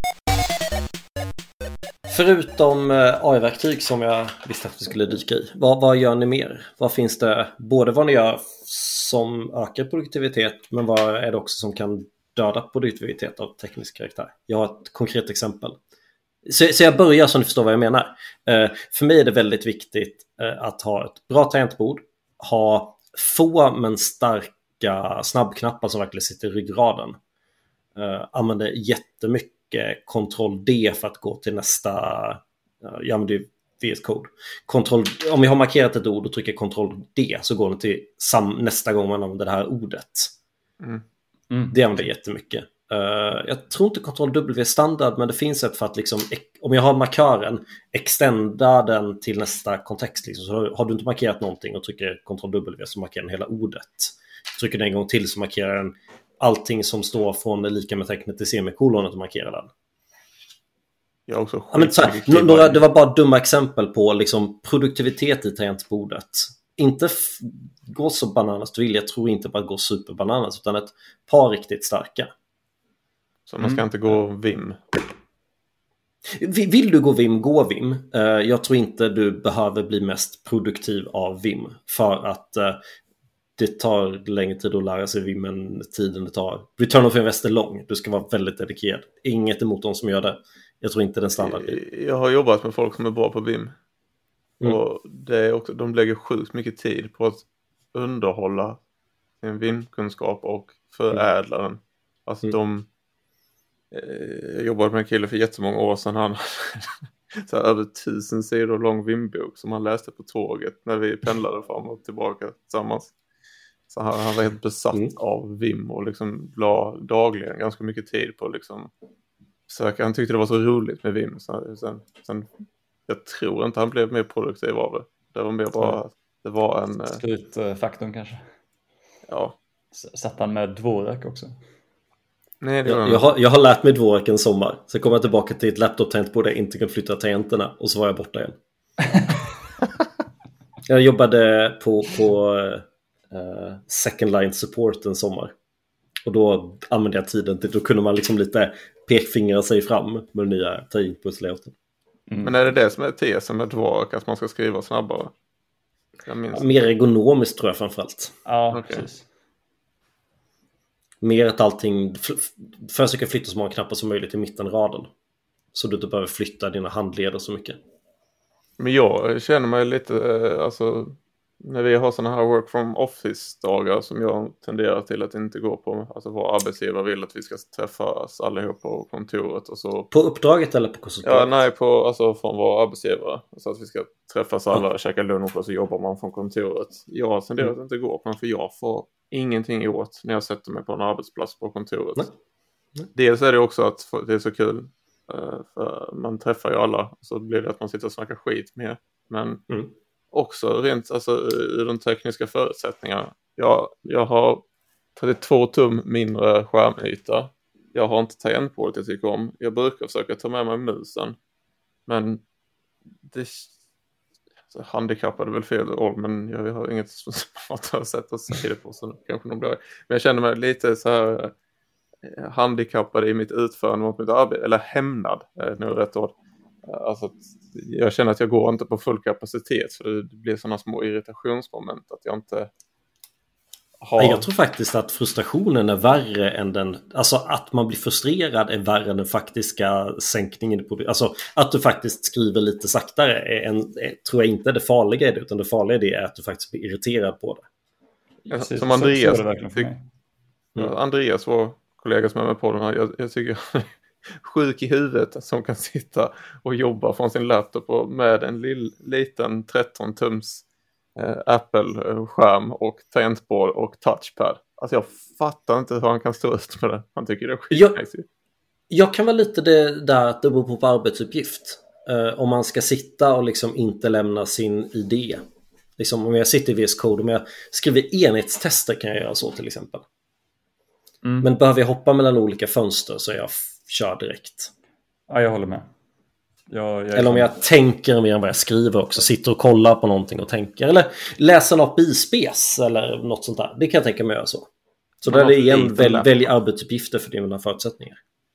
Förutom A I-verktyg som jag visste att vi skulle dyka i, vad, vad gör ni mer? Vad finns det, både vad ni gör som ökar produktivitet, men vad är det också som kan döda produktivitet av teknisk karaktär? Jag har ett konkret exempel. Så, så jag börjar så ni förstår vad jag menar. Uh, för mig är det väldigt viktigt uh, att ha ett bra tangentbord, ha få men starka snabbknappar som verkligen sitter i ryggraden. Uh, använder jättemycket kontroll D för att gå till nästa, uh, jag använder ju V S Code. Kontroll, om jag har markerat ett ord och trycker kontroll D så går det till sam, nästa gång man använder det här ordet. Mm. Mm. Det använder jag jättemycket. Uh, jag tror inte kontroll W är standard, men det finns ett för att liksom, om jag har markören, extenda den till nästa kontext liksom. Så har, har du inte markerat någonting och trycker kontroll W så markerar den hela ordet. Trycker den en gång till så markerar den allting som står från det lika med tecknet till semikolonet och markerar den. Jag har också ja, men så här, några, det var bara dumma exempel på liksom, produktivitet i tangentbordet. Inte f- gå så bananas du vill, jag tror inte på att gå superbananas, utan ett par riktigt starka. Så man ska mm. inte gå Vim. Vill du gå Vim, gå Vim. Uh, jag tror inte du behöver bli mest produktiv av Vim. För att uh, det tar längre tid att lära sig Vim än tiden det tar. Return of Invest är lång. Du ska vara väldigt dedikerad. Inget emot de som gör det. Jag tror inte den standard. Jag har jobbat med folk som är bra på Vim. Mm. Och det är också, de lägger sjukt mycket tid på att underhålla sin Vim-kunskap och förädla den. Alltså mm. de Jag jobbade med en kille för jättemånga år sedan. Han så här, över tusen sidor lång Vim-bok som han läste på tåget när vi pendlade fram och tillbaka tillsammans. Så han, han var helt besatt mm. av Vim och liksom la dagligen ganska mycket tid på liksom söka. Han tyckte det var så roligt med Vim. Så sen, sen, jag tror inte han blev mer produktiv av det. Det var mer bara, det var en... Skrytfaktorn kanske. Ja. Satt han med Dvorak också? Nej, det jag, jag, har, jag har lärt mig Dvorak en sommar. Sen kom jag tillbaka till ett laptop-tangentbord där jag inte kan flytta tangenterna. Och så var jag borta igen. Jag jobbade på, på uh, second line support en sommar. Och då använde jag tiden till, då kunde man liksom lite pekfingra sig fram med den nya tangentbordslayouten. Mm. Men är det det som är tesen med Dvorak, att man ska skriva snabbare? Jag minns ja, mer ergonomiskt tror jag framförallt. Ja, okay. Precis. Mer att allting, försöka flytta så många knappar som möjligt i mitten av raden. Så du inte behöver flytta dina handleder så mycket. Men jag känner mig lite, alltså, när vi har sådana här work from office-dagar som jag tenderar till att inte gå på, alltså vår arbetsgivare vill att vi ska träffas allihop på kontoret och så. På uppdraget eller på konsultaget? Ja, nej, på, alltså från vår arbetsgivare. Så att vi ska träffas alla, ja. käka lunch och så jobbar man från kontoret. Jag tenderar mm. att inte gå på den, för jag får ingenting åt när jag sätter mig på en arbetsplats på kontoret. Nej. Nej. Dels är det också att det är så kul, för man träffar ju alla, så blir det att man sitter och snackar skit med. Men mm. också rent alltså, i de tekniska förutsättningarna. Jag, jag har trettiotvå tum mindre skärmyta. Jag har inte tangentbordet jag tycker om. Jag brukar försöka ta med mig musen. Men det alltså, handikappade väl fel ord, men jag har inget smart sätt att säga det på, så kanske de blir. Men jag känner mig lite så här handikappad i mitt utförande mot mitt arbete, eller hämnad är nu rätt ord. Alltså, jag känner att jag går inte på full kapacitet, för det blir sådana små irritationsmoment att jag inte har... Jag tror faktiskt att frustrationen är värre än den, alltså att man blir frustrerad är värre än den faktiska sänkningen. Alltså att du faktiskt skriver lite saktare är en, är, tror jag inte är det farliga i det, utan det farliga i det är att du faktiskt blir irriterad på det. Ja, som så, Andreas så det tyck, mm. Andreas var kollega som är med på den här, jag, jag tycker sjuk i huvudet som kan sitta och jobba från sin laptop och med en lill, liten tretton tums eh, Apple-skärm och tangentbord och touchpad. Alltså jag fattar inte hur han kan stå ut med det. Han tycker det är skitnice. Jag, jag kan vara lite det där att det beror på, på arbetsuppgift. Uh, om man ska sitta och liksom inte lämna sin idé. Liksom om jag sitter i V S Code, om jag skriver enhetstester kan jag göra så till exempel. Mm. Men behöver jag hoppa mellan olika fönster så jag f- kör direkt. Ja, jag håller med. Jag, jag eller om jag tänker mer än vad jag skriver också. Sitter och kollar på någonting och tänker. Eller läser något bispes eller något sånt där. Det kan jag tänka mig göra så. Så där är det igen, välj, välj arbetsuppgifter för dina förutsättningar.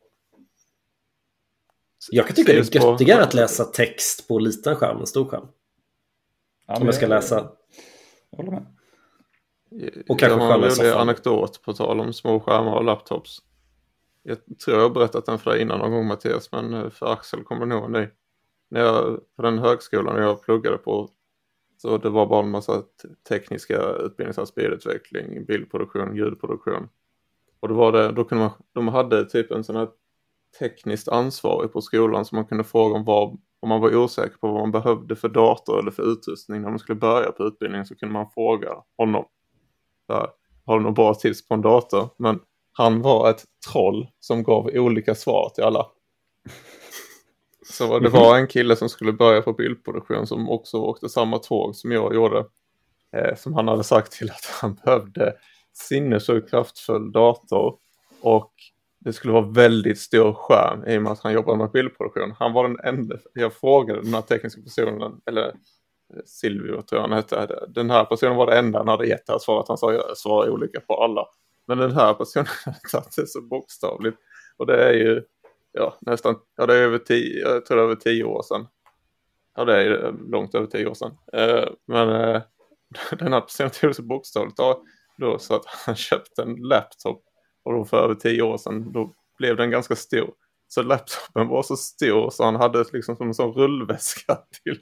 Jag kan tycka det är göttigare att läsa text på liten skärm än stor skärm. Ja, om jag ska läsa. Jag håller med. Och kanske jag har en anekdot på tal om små skärmar och laptops. Jag tror jag har berättat den för dig innan någon gång, Mattias, men för Axel kommer det nog nu. När jag, på den högskolan jag pluggade på, så det var bara en massa tekniska utbildningar, spelutveckling, bildproduktion, ljudproduktion. Och då var det, då kunde man, de hade typ en sån här tekniskt ansvarig på skolan som man kunde fråga om vad, om man var osäker på vad man behövde för dator eller för utrustning när man skulle börja på utbildningen, så kunde man fråga honom. Där, har du något bra tips på en dator? Men han var ett troll som gav olika svar till alla. Så det var en kille som skulle börja på bildproduktion som också åkte samma tåg som jag gjorde. Eh, som han hade sagt till att han behövde sinnessjukt kraftfull dator. Och det skulle vara väldigt stor skärm i och med att han jobbade med bildproduktion. Han var den enda, jag frågade den här tekniska personen, eller Silvio tror jag han hette. Den här personen var det enda han hade gett här svar att han sa svar olika på alla. Men den här personen hade tagit det så bokstavligt. Och det är ju ja, nästan, ja det är över tio, jag tror det är över tio år sedan. Ja det är långt över tio år sedan. Eh, men eh, den här personen tog det så bokstavligt då, då så att han köpte en laptop. Och då för över tio år sedan, då blev den ganska stor. Så laptopen var så stor så han hade liksom som en sån rullväska till.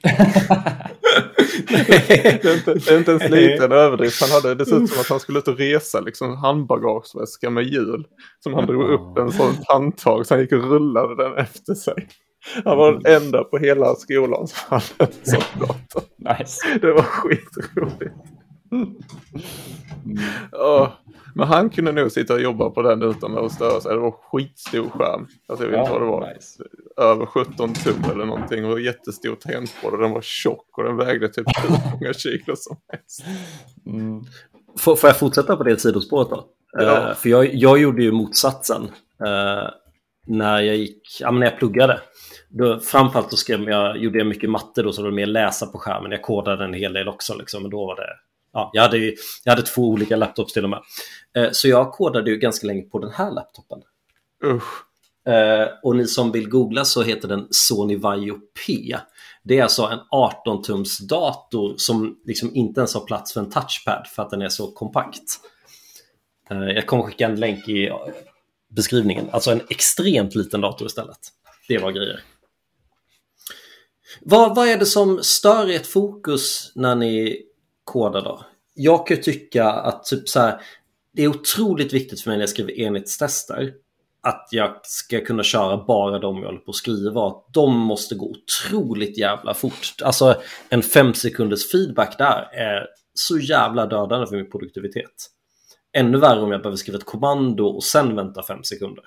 det, är inte, det är inte en sliten överdrift. Han hade det såg ut som att han skulle ut och resa liksom handbagageväska med hjul. Som han drog upp en sån handtag så han gick och rullade den efter sig. Han var den enda på hela skolan som hade en sån dator. Nice. Det var skitroligt. Mm. Oh. Men han kunde nog sitta och jobba på den utan att störa sig. Det var skitstor skärm. Alltså jag vet inte vad det var. Nice. Över sjutton tum eller någonting. Och jättestor tangentbord. Och den var tjock. Och den vägde typ hur många kilo som helst. Mm. Får, får jag fortsätta på det sidospåret då? Ja. Uh, för jag, jag gjorde ju motsatsen. Uh, när jag gick, ja men när jag pluggade. Då, framförallt då skrev jag, gjorde jag mycket matte då. Så det var mer läsa på skärmen. Jag kodade en hel del också liksom. Men då var det... Ja, jag hade, ju, jag hade två olika laptops till och med. Eh, så jag kodade ju ganska länge på den här laptopen. Usch. Eh, och ni som vill googla så heter den Sony Vaio P. Det är alltså en arton tums dator som liksom inte ens har plats för en touchpad för att den är så kompakt. Eh, jag kommer skicka en länk i beskrivningen. Alltså en extremt liten dator istället. Det var grejer. Vad, vad är det som stör ert fokus när ni koda då. Jag kan ju tycka att typ så här, det är otroligt viktigt för mig när jag skriver enhetstester att jag ska kunna köra bara de jag håller på att skriva. Att de måste gå otroligt jävla fort. Alltså en fem sekunders feedback där är så jävla dödande för min produktivitet. Ännu värre om jag behöver skriva ett kommando och sen vänta fem sekunder.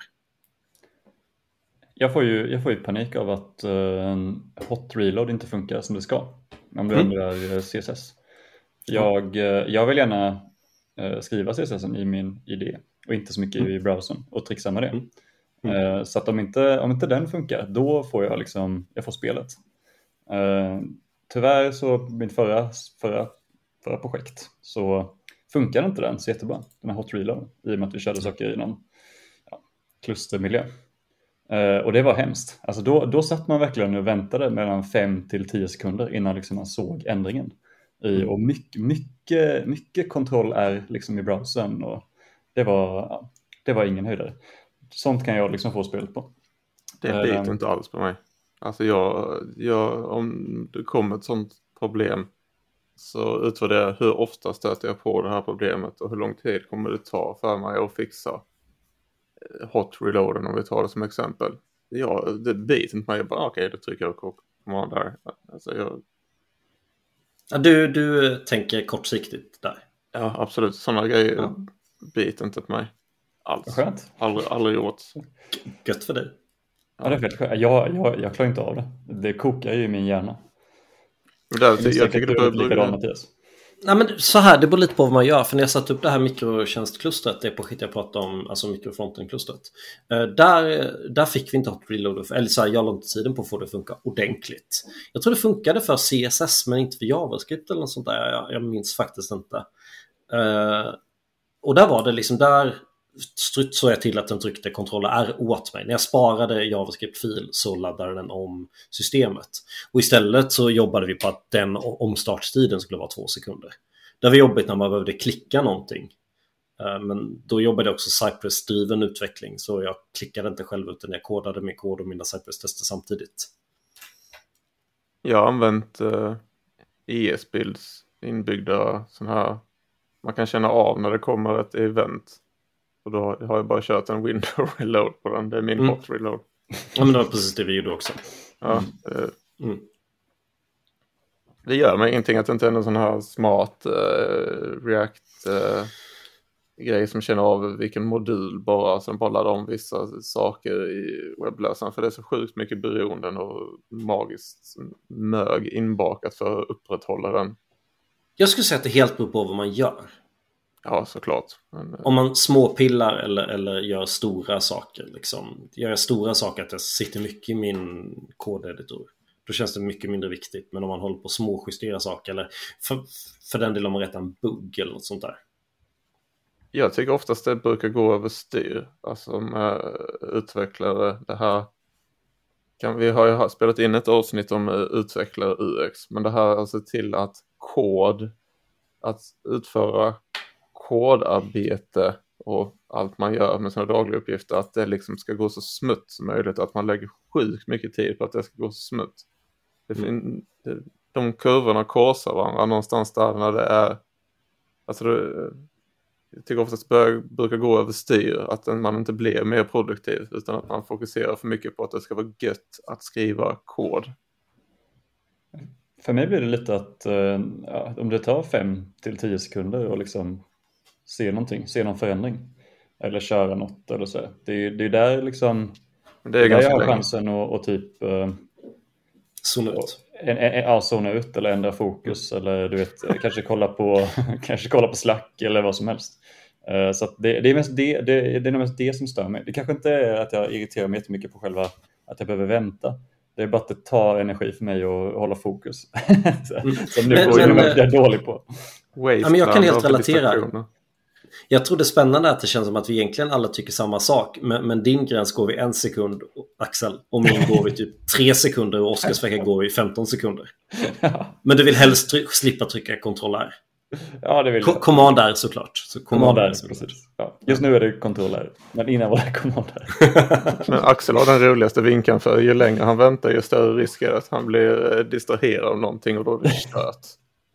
Jag får ju, jag får ju panik av att uh, hot reload inte funkar som det ska. Om du ändrar mm. C S S. Jag, uh, jag vill gärna uh, skriva C S S i min I D E och inte så mycket mm. i browsern och trixa med det. Mm. Mm. Uh, så att om inte, om inte den funkar, då får jag liksom, jag får spelet. Uh, tyvärr så min förra, förra, förra projekt så funkar inte den så jättebra, den här hot reload, i och med att vi körde saker i någon ja, klustermiljö. Uh, och det var hemskt. Alltså då, då satt man verkligen och väntade mellan fem till tio sekunder innan liksom man såg ändringen. I, och mycket, mycket, mycket kontroll är liksom i browsern och det var, ja, det var ingen höjdare. Sånt kan jag liksom få spel på. Det biter uh, inte alls på mig. Alltså jag, jag, om det kommer ett sånt problem så utvärderar hur ofta stöter jag på det här problemet och hur lång tid kommer det ta för mig att fixa hot reloaden, om vi tar det som exempel. Ja, det biter inte mig. Bara okej, okay, då trycker jag på command där. Alltså jag... ja, du, du tänker kortsiktigt där. Ja, absolut. Sådana grejer ja. biter inte på mig alls. Skönt. Aldrig, aldrig gjort. Gött för dig. Ja, ja det är väldigt skönt. Jag, jag, jag klarar inte av det. Det kokar ju i min hjärna. Det där, jag, jag tycker det börjar bli... Mattias. Nej, men så här, det beror lite på vad man gör. För när jag satt upp det här mikrotjänstklustret, det projekt jag pratade om, alltså mikrofronten-klustret, eh, där, där fick vi inte hot reload. Eller så här, jag la inte tiden på att få det att funka ordentligt. Jag tror det funkade för C S S, men inte för JavaScript eller något sånt där. Jag, jag minns faktiskt inte. Eh, och där var det liksom, där så jag till att den tryckte kontroll R åt mig. När jag sparade JavaScript-fil så laddade den om systemet. Och istället så jobbade vi på att den omstartstiden skulle vara två sekunder. Det var jobbigt när man behövde klicka någonting. Men då jobbade jag också Cypress-driven utveckling, så jag klickade inte själv utan jag kodade min kod och mina Cypress-tester samtidigt. Jag har använt uh, E S-builds inbyggda sån här. Man kan känna av när det kommer ett event. Och då har jag bara kört en window reload på den. Det är min mm. hot reload. Ja, men det var precis det vi gjorde också. Ja, mm. Mm. Det gör mig ingenting att det inte är någon sån här smart uh, React-grej uh, som känner av vilken modul bara, som bara laddar om vissa saker i webbläsaren. För det är så sjukt mycket beroenden och magiskt mög inbakat för att upprätthålla den. Jag skulle säga att det helt beror på vad man gör. Ja, såklart. Men, om man småpillar eller, eller gör stora saker liksom. Gör jag stora saker att jag sitter mycket i min kodeditor, då känns det mycket mindre viktigt. Men om man håller på att småjustera saker, eller för, för den delen om man rättar en bugg eller något sånt där. Jag tycker oftast det brukar gå över styr. Alltså med utvecklare, det här kan, vi har ju spelat in ett avsnitt om utvecklare U X, men det här alltså till att kod, att utföra kodarbete och allt man gör med sina dagliga uppgifter, att det liksom ska gå så smutt som möjligt, att man lägger sjukt mycket tid på att det ska gå så smutt. Det fin- det, de kurvorna korsar varandra någonstans där när det är, alltså det, jag tycker oftast det brukar gå över styr, att man inte blir mer produktiv utan att man fokuserar för mycket på att det ska vara gött att skriva kod. För mig blir det lite att ja, om det tar fem till tio sekunder och liksom se någonting, se någon förändring eller köra något eller så. Det är ju där liksom det är där jag har länge. chansen att och typ uh, zona ut. En, en, ja, zona ut eller ändra fokus eller du vet kanske kolla på kanske kolla på Slack eller vad som helst. Uh, så att det, det är mest det, det, det är mest det som stör mig. Det kanske inte är att jag irriterar mig jättemycket på själva att jag behöver vänta. Det är bara att det tar energi för mig att hålla fokus. Som nu går jag är dålig på. Ja, men jag kan helt relatera. Jag tror det är spännande att det känns som att vi egentligen alla tycker samma sak. Men, men din gräns går vid en sekund, Axel. Och min går vid typ tre sekunder och Oskars vecka går vid femton sekunder. Ja. Men du vill helst try- slippa trycka kontroll R. Ja, det vill jag. Command R såklart. Så command R, precis. Ja. Just nu är det kontroll R. Men innan var det command R. Men Axel har den roligaste vinkeln, för ju längre han väntar ju större risk är att han blir distraherad av någonting och då är det stört.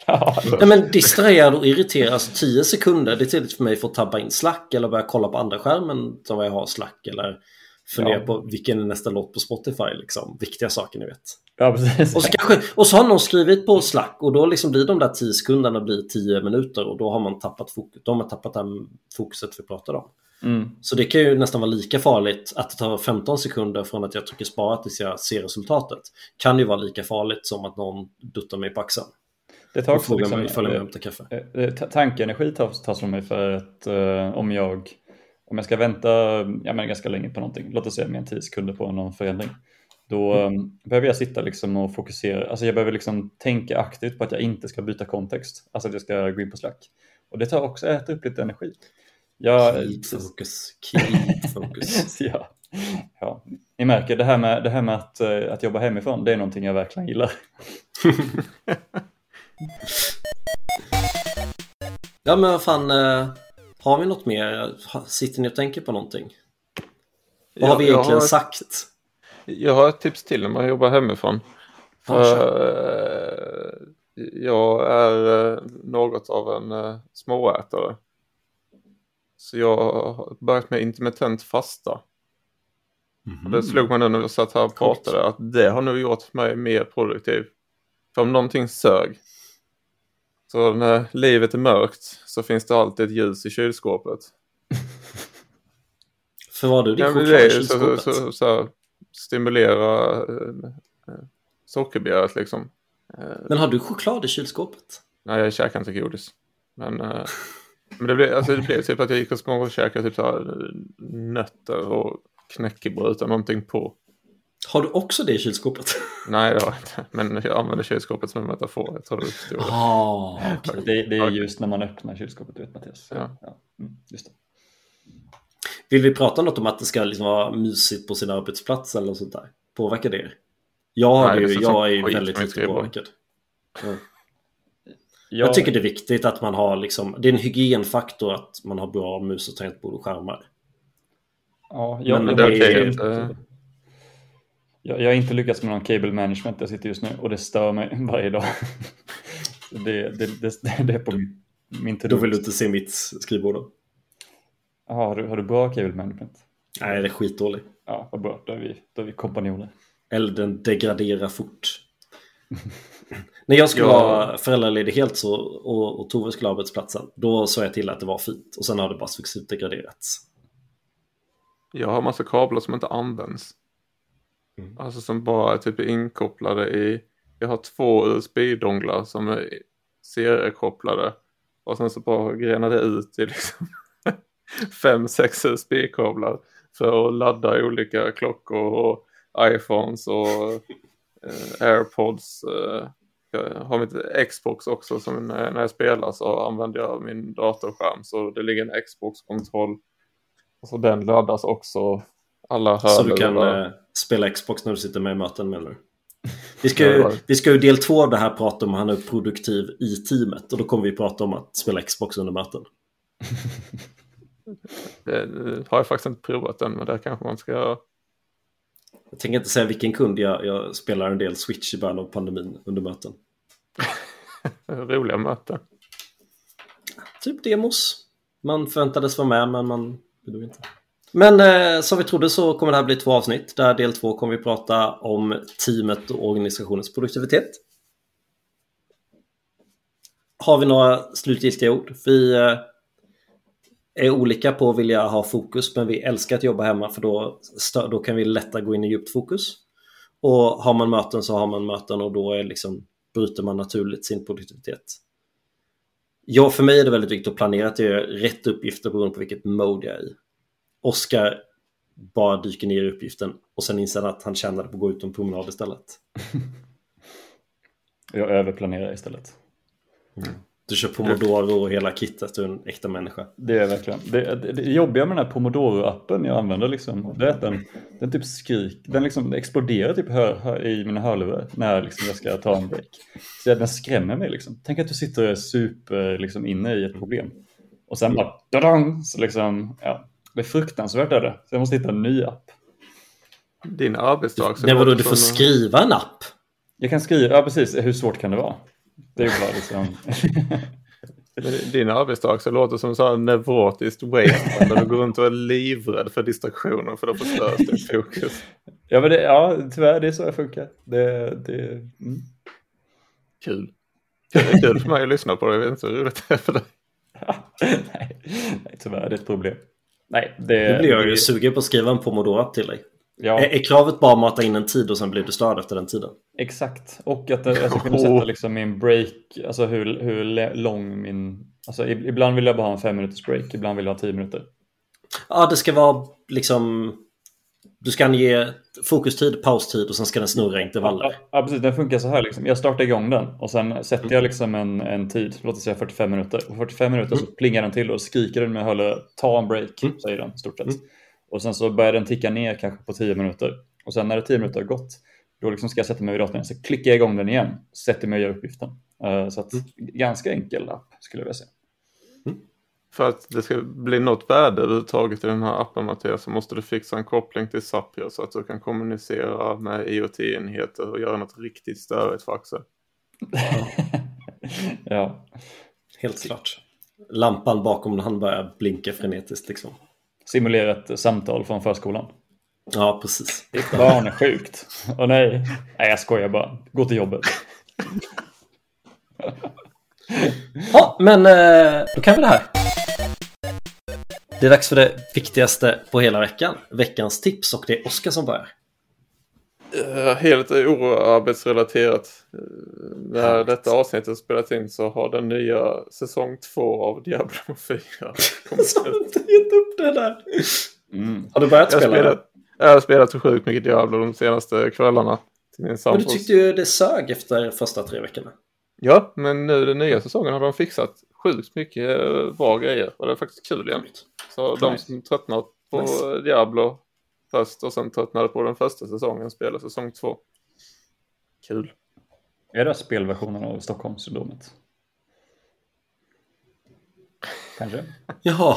Ja, Nej, men distraherad och irriterad, alltså tio sekunder, det är tillräckligt för mig för att tabba in Slack eller börja kolla på andra skärmen som jag har Slack eller fundera Ja. på vilken är nästa låt på Spotify liksom. Viktiga saker ni vet. ja, precis. Och så, kanske, och så har någon skrivit på Slack och då liksom blir de där tio sekunderna blir tio minuter och då har man tappat fokus. De har tappat det fokuset vi pratade om. Mm. Så det kan ju nästan vara lika farligt att det tar femton sekunder från att jag trycker spara tills jag ser resultatet. Kan ju vara lika farligt som att någon duttar mig på axeln. Det tar också liksom, mig, följa med och hämta kaffe. eh, ta- Tankenergi tas, tas från mig för att eh, om jag om jag ska vänta ja, men ganska länge på någonting, låt oss säga med en tio sekunder på någon förändring, då mm. um, behöver jag sitta liksom och fokusera, alltså jag behöver liksom tänka aktivt på att jag inte ska byta kontext, alltså att jag ska gå in på Slack, och det tar också äta upp lite energi. Jag, keep focus, keep focus. ja, ja, ni märker det här med, det här med att, att jobba hemifrån, det är någonting jag verkligen gillar. Ja men vad fan, eh, har vi något mer? Sitter ni och tänker på någonting? Vad har vi egentligen jag har, sagt? Jag har ett tips till när man jobbar hemifrån. För, eh, jag är eh, något av en eh, småätare. Så jag har börjat med intermittent fasta. Mm. Och det slog man nu när vi satt här och pratade att det har nu gjort mig mer produktiv. För om någonting sög, så när livet är mörkt så finns det alltid ett ljus i kylskåpet. För vad du, det är ja, choklad i kylskåpet. Så, så, så stimulera eh, sockerbegäret liksom. Men har du choklad i kylskåpet? Nej, jag käkar inte godis. Men, eh, men det, blev, alltså, det blev typ att jag gick och små och käkade typ så här, nötter och knäckebröd utan någonting på. Har du också det i kylskåpet? Nej, det har jag inte. Men jag använder kylskåpet som en metafor. Jag tror det förstår. Ah, okay. det, det är just när man öppnar kylskåpet, du vet Mattias. Ja. Ja. Mm, just det. Vill vi prata något om att det ska liksom vara mysigt på sin arbetsplats eller något sånt där? Påverkar det er? Jag, har Nej, det ju, det jag är ju skit, väldigt lite påverkad. Ja. Jag... jag tycker det är viktigt att man har liksom, det är en hygienfaktor att man har bra mus och tangentbord och skärmar. Ja, jag, Men jag, det jag, är inte... jag, jag har inte lyckats med någon cable management jag sitter just nu och det stör mig varje dag. det, det, det, det är på min, min Då vill du inte se mitt skrivbord då? Aha, har, du, har du bra cable management? Nej, det är skitdålig. Ja, vad bra. Då är vi, då är vi kompanjoner. Eller den degraderar fort. När jag skulle ja. vara föräldraledig helt så, och, och Tove skulle ha arbetsplatsen, då sa jag till att det var fint. Och sen har det bara successivt degraderats. Jag har massa kablar som inte används. Mm. Alltså som bara är typ inkopplade i... Jag har två U S B-donglar som är seriekopplade. Och sen så bara grenar det ut i liksom fem, sex U S B-kablar för att ladda olika klockor och iPhones och eh, AirPods. Eh, jag har mitt Xbox också som när, när jag spelar så använder jag min datorskärm så det ligger en Xbox-kontroll och så den laddas också. Alla hör så du kan eh, spela Xbox när du sitter med i möten, menar du? Vi ska, ju, ja, vi ska ju del två av det här prata om han är produktiv i teamet och då kommer vi prata om att spela Xbox under möten. Det har jag faktiskt inte provat än, men det kanske man ska göra. Jag tänker inte säga vilken kund jag, jag spelar en del Switch i början av pandemin under möten. Roliga möten. Typ demos. Man förväntades vara med, men man vill inte. Men eh, som vi trodde så kommer det här bli två avsnitt. Där del två kommer vi prata om teamet och organisationens produktivitet. Har vi några slutgiltiga ord? Vi eh, är olika på att vilja ha fokus, men vi älskar att jobba hemma för då, då kan vi lättare gå in i djupt fokus. Och har man möten så har man möten och då är liksom, bryter man naturligt sin produktivitet. Ja, för mig är det väldigt viktigt att planera att jag gör rätt uppgifter beroende på vilket mode jag är i. Oskar bara dyker ner i uppgiften och sen inser att han tjänar på att gå ut en promenad istället. Jag överplanerar istället. Mm. Du kör Pomodoro och hela kittet, du är en äkta människa. Det är verkligen. Det, det, det jobbiga med den här Pomodoro-appen jag använder liksom, det är att den, den typ skrik, den liksom exploderar typ hör, hör, i mina hörlurar när liksom jag ska ta en break. Så den skrämmer mig liksom. Tänk att du sitter och är super liksom, inne i ett problem. Och sen bara, dadang, så liksom, ja, det är fruktansvärt är det. Så jag måste hitta en ny app. Din arbetsdag. Nej, vadå, du får skriva en app. Jag kan skriva, ja precis, hur svårt kan det vara? Det är ju bara liksom... Din arbetsdag så låter som så här neurotiskt waste där du går runt och är livrädd för distraktioner för då förstörs ditt fokus. Ja, men det, ja, tyvärr, det är så jag funkar. Det, det, mm. Kul. Det är kul för mig att lyssna på det. Jag vet inte hur roligt det är för dig. nej, nej, tyvärr, det är ett problem. Nej, det, Nu blir jag ju det, sugen på att skriva en Pomodoro-app till dig. ja, Är, är kravet bara att mata in en tid och sen blir du störd efter den tiden? exakt. Och att jag ska kunna sätta liksom min break, alltså hur, hur lång min... Alltså ibland vill jag bara ha en fem minuters break, ibland vill jag ha tio minuter. Ja, det ska vara liksom... Du ska ange fokustid, paustid och sen ska den snurra intervaller. Ja, ja, precis. Den funkar så här liksom. Jag startar igång den och sen sätter jag liksom en, en tid, låt oss säga fyrtiofem minuter. Och fyrtiofem minuter så plingar den till och skriker den med hörlurar, ta en break, Mm. säger den i stort sett. Och sen så börjar den ticka ner kanske på tio minuter. Och sen när det tio minuter har gått, då liksom ska jag sätta mig vid datorn. Så klickar jag igång den igen, sätter mig och gör uppgiften. Uh, så att ganska enkel app skulle jag vilja säga. För att det ska bli något värde överhuvudtaget i den här appen, Mattias, så måste du fixa en koppling till Zapier så att du kan kommunicera med IoT-enheter och göra något riktigt störigt för Axel. Ja. Helt klart. Lampan bakom han börjar blinka frenetiskt liksom. Simulera ett samtal från förskolan. Ja, precis. Ditt barn är sjukt. Åh nej. Nej, jag skojar bara. Gå till jobbet. Ja, men eh, då kan vi det här. Det är dags för det viktigaste på hela veckan. Veckans tips, och det är Oskar som börjar. Uh, helt oarbetsrelaterat. Uh, när Härligt. detta avsnittet spelat in så har den nya säsong två av Diablo fyra kommit Så har du ut. inte gett upp det där. Mm. Har du börjat Jag har spela? spelat, jag har spelat så sjukt mycket Diablo de senaste kvällarna. Till min Men du sambos. tyckte ju det sög efter första tre veckorna. Ja, men nu den nya säsongen har de fixat sjukt mycket uh, bra grejer. Och det är faktiskt kul igen. Så de Nice. som tröttnat på Nice. Diablo först och sen tröttnade på den första säsongen spelar säsong två. Kul. Är det spelversionen av Stockholmssyndromet? Kanske? Jaha.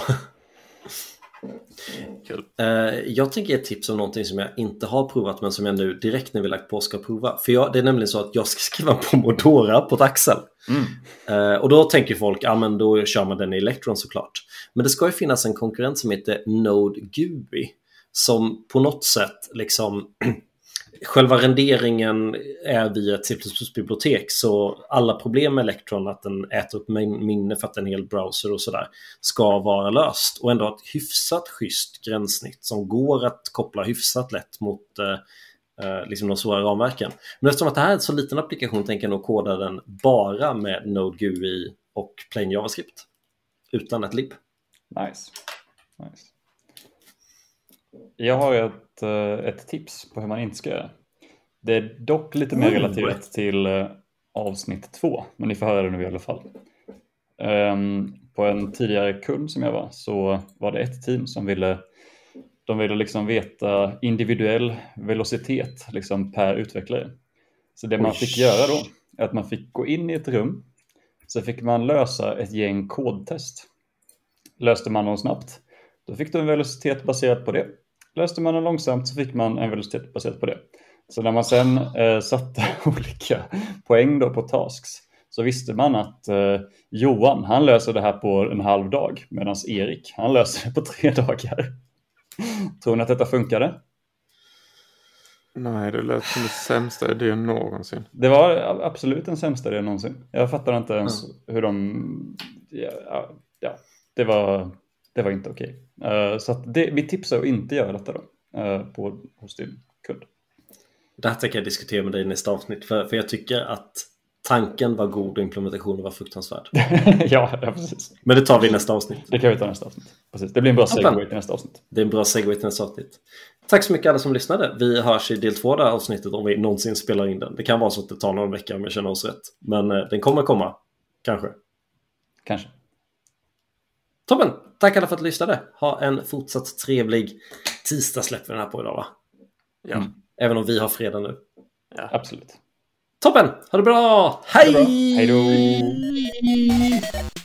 Kul. Eh, jag tänker ge ett tips om någonting som jag inte har provat men som jag nu direkt när vi lagt på ska prova. För jag, det är nämligen så att jag ska skriva en Pomodoro på ett Axel. Mm. Eh, och då tänker folk, ja men då kör man den i Electron såklart. Men det ska ju finnas en konkurrent som heter Node G U I som på något sätt liksom själva renderingen är via ett C plus plus-bibliotek, så alla problem med Electron, att den äter upp minne för att den är en hel browser och sådär, ska vara löst och ändå ha ett hyfsat schysst gränssnitt som går att koppla hyfsat lätt mot eh, liksom de svåra ramverken. Men eftersom att det här är en så liten applikation tänker jag nog koda den bara med Node G U I och plain JavaScript utan ett lib. Nice. Nice. Jag har ett, ett tips på hur man inte ska göra. Det är dock lite mer relaterat till avsnitt två, men ni får höra det nu i alla fall. Um, på en tidigare kund som jag var så var det ett team som ville de ville liksom veta individuell velocitet liksom per utvecklare. Så det man Oj. fick göra då är att man fick gå in i ett rum, så fick man lösa ett gäng kodtest. Löste man dem snabbt, då fick du en velocitet baserat på det. Löste man dem långsamt så fick man en velocitet baserat på det. Så när man sen eh, satte olika poäng då på tasks, så visste man att eh, Johan, han löser det här på en halv dag, medan Erik, han löser det på tre dagar. Tror ni att detta funkade? Nej, det lät som det sämsta idén någonsin. Det var absolut den sämsta idén någonsin. Jag fattar inte ens mm. hur de... Ja, ja, det var, det var inte okej. Uh, så att det, vi tipsar att inte göra detta då, uh, på, hos din kund. Det här tänker jag diskutera med dig i nästa avsnitt, för, för jag tycker att tanken var god och implementationen var fruktansvärd. ja, ja, precis. Men det tar vi i nästa avsnitt. Det kan vi ta i nästa avsnitt. Precis. Det blir en bra segway till nästa avsnitt. Det är en bra segway till nästa avsnitt. Tack så mycket alla som lyssnade. Vi hörs i del två av det här avsnittet om vi någonsin spelar in den. Det kan vara så att det tar någon vecka om jag känner oss rätt. Men eh, den kommer komma. Kanske. Kanske. Toppen! Tack alla för att du lyssnade. Ha en fortsatt trevlig tisdag släpper vi den här på idag, va? Ja. Mm. Även om vi har fredag nu. Ja. Absolut. Toppen! Ha det bra! Hej! Ha det bra. Hej då!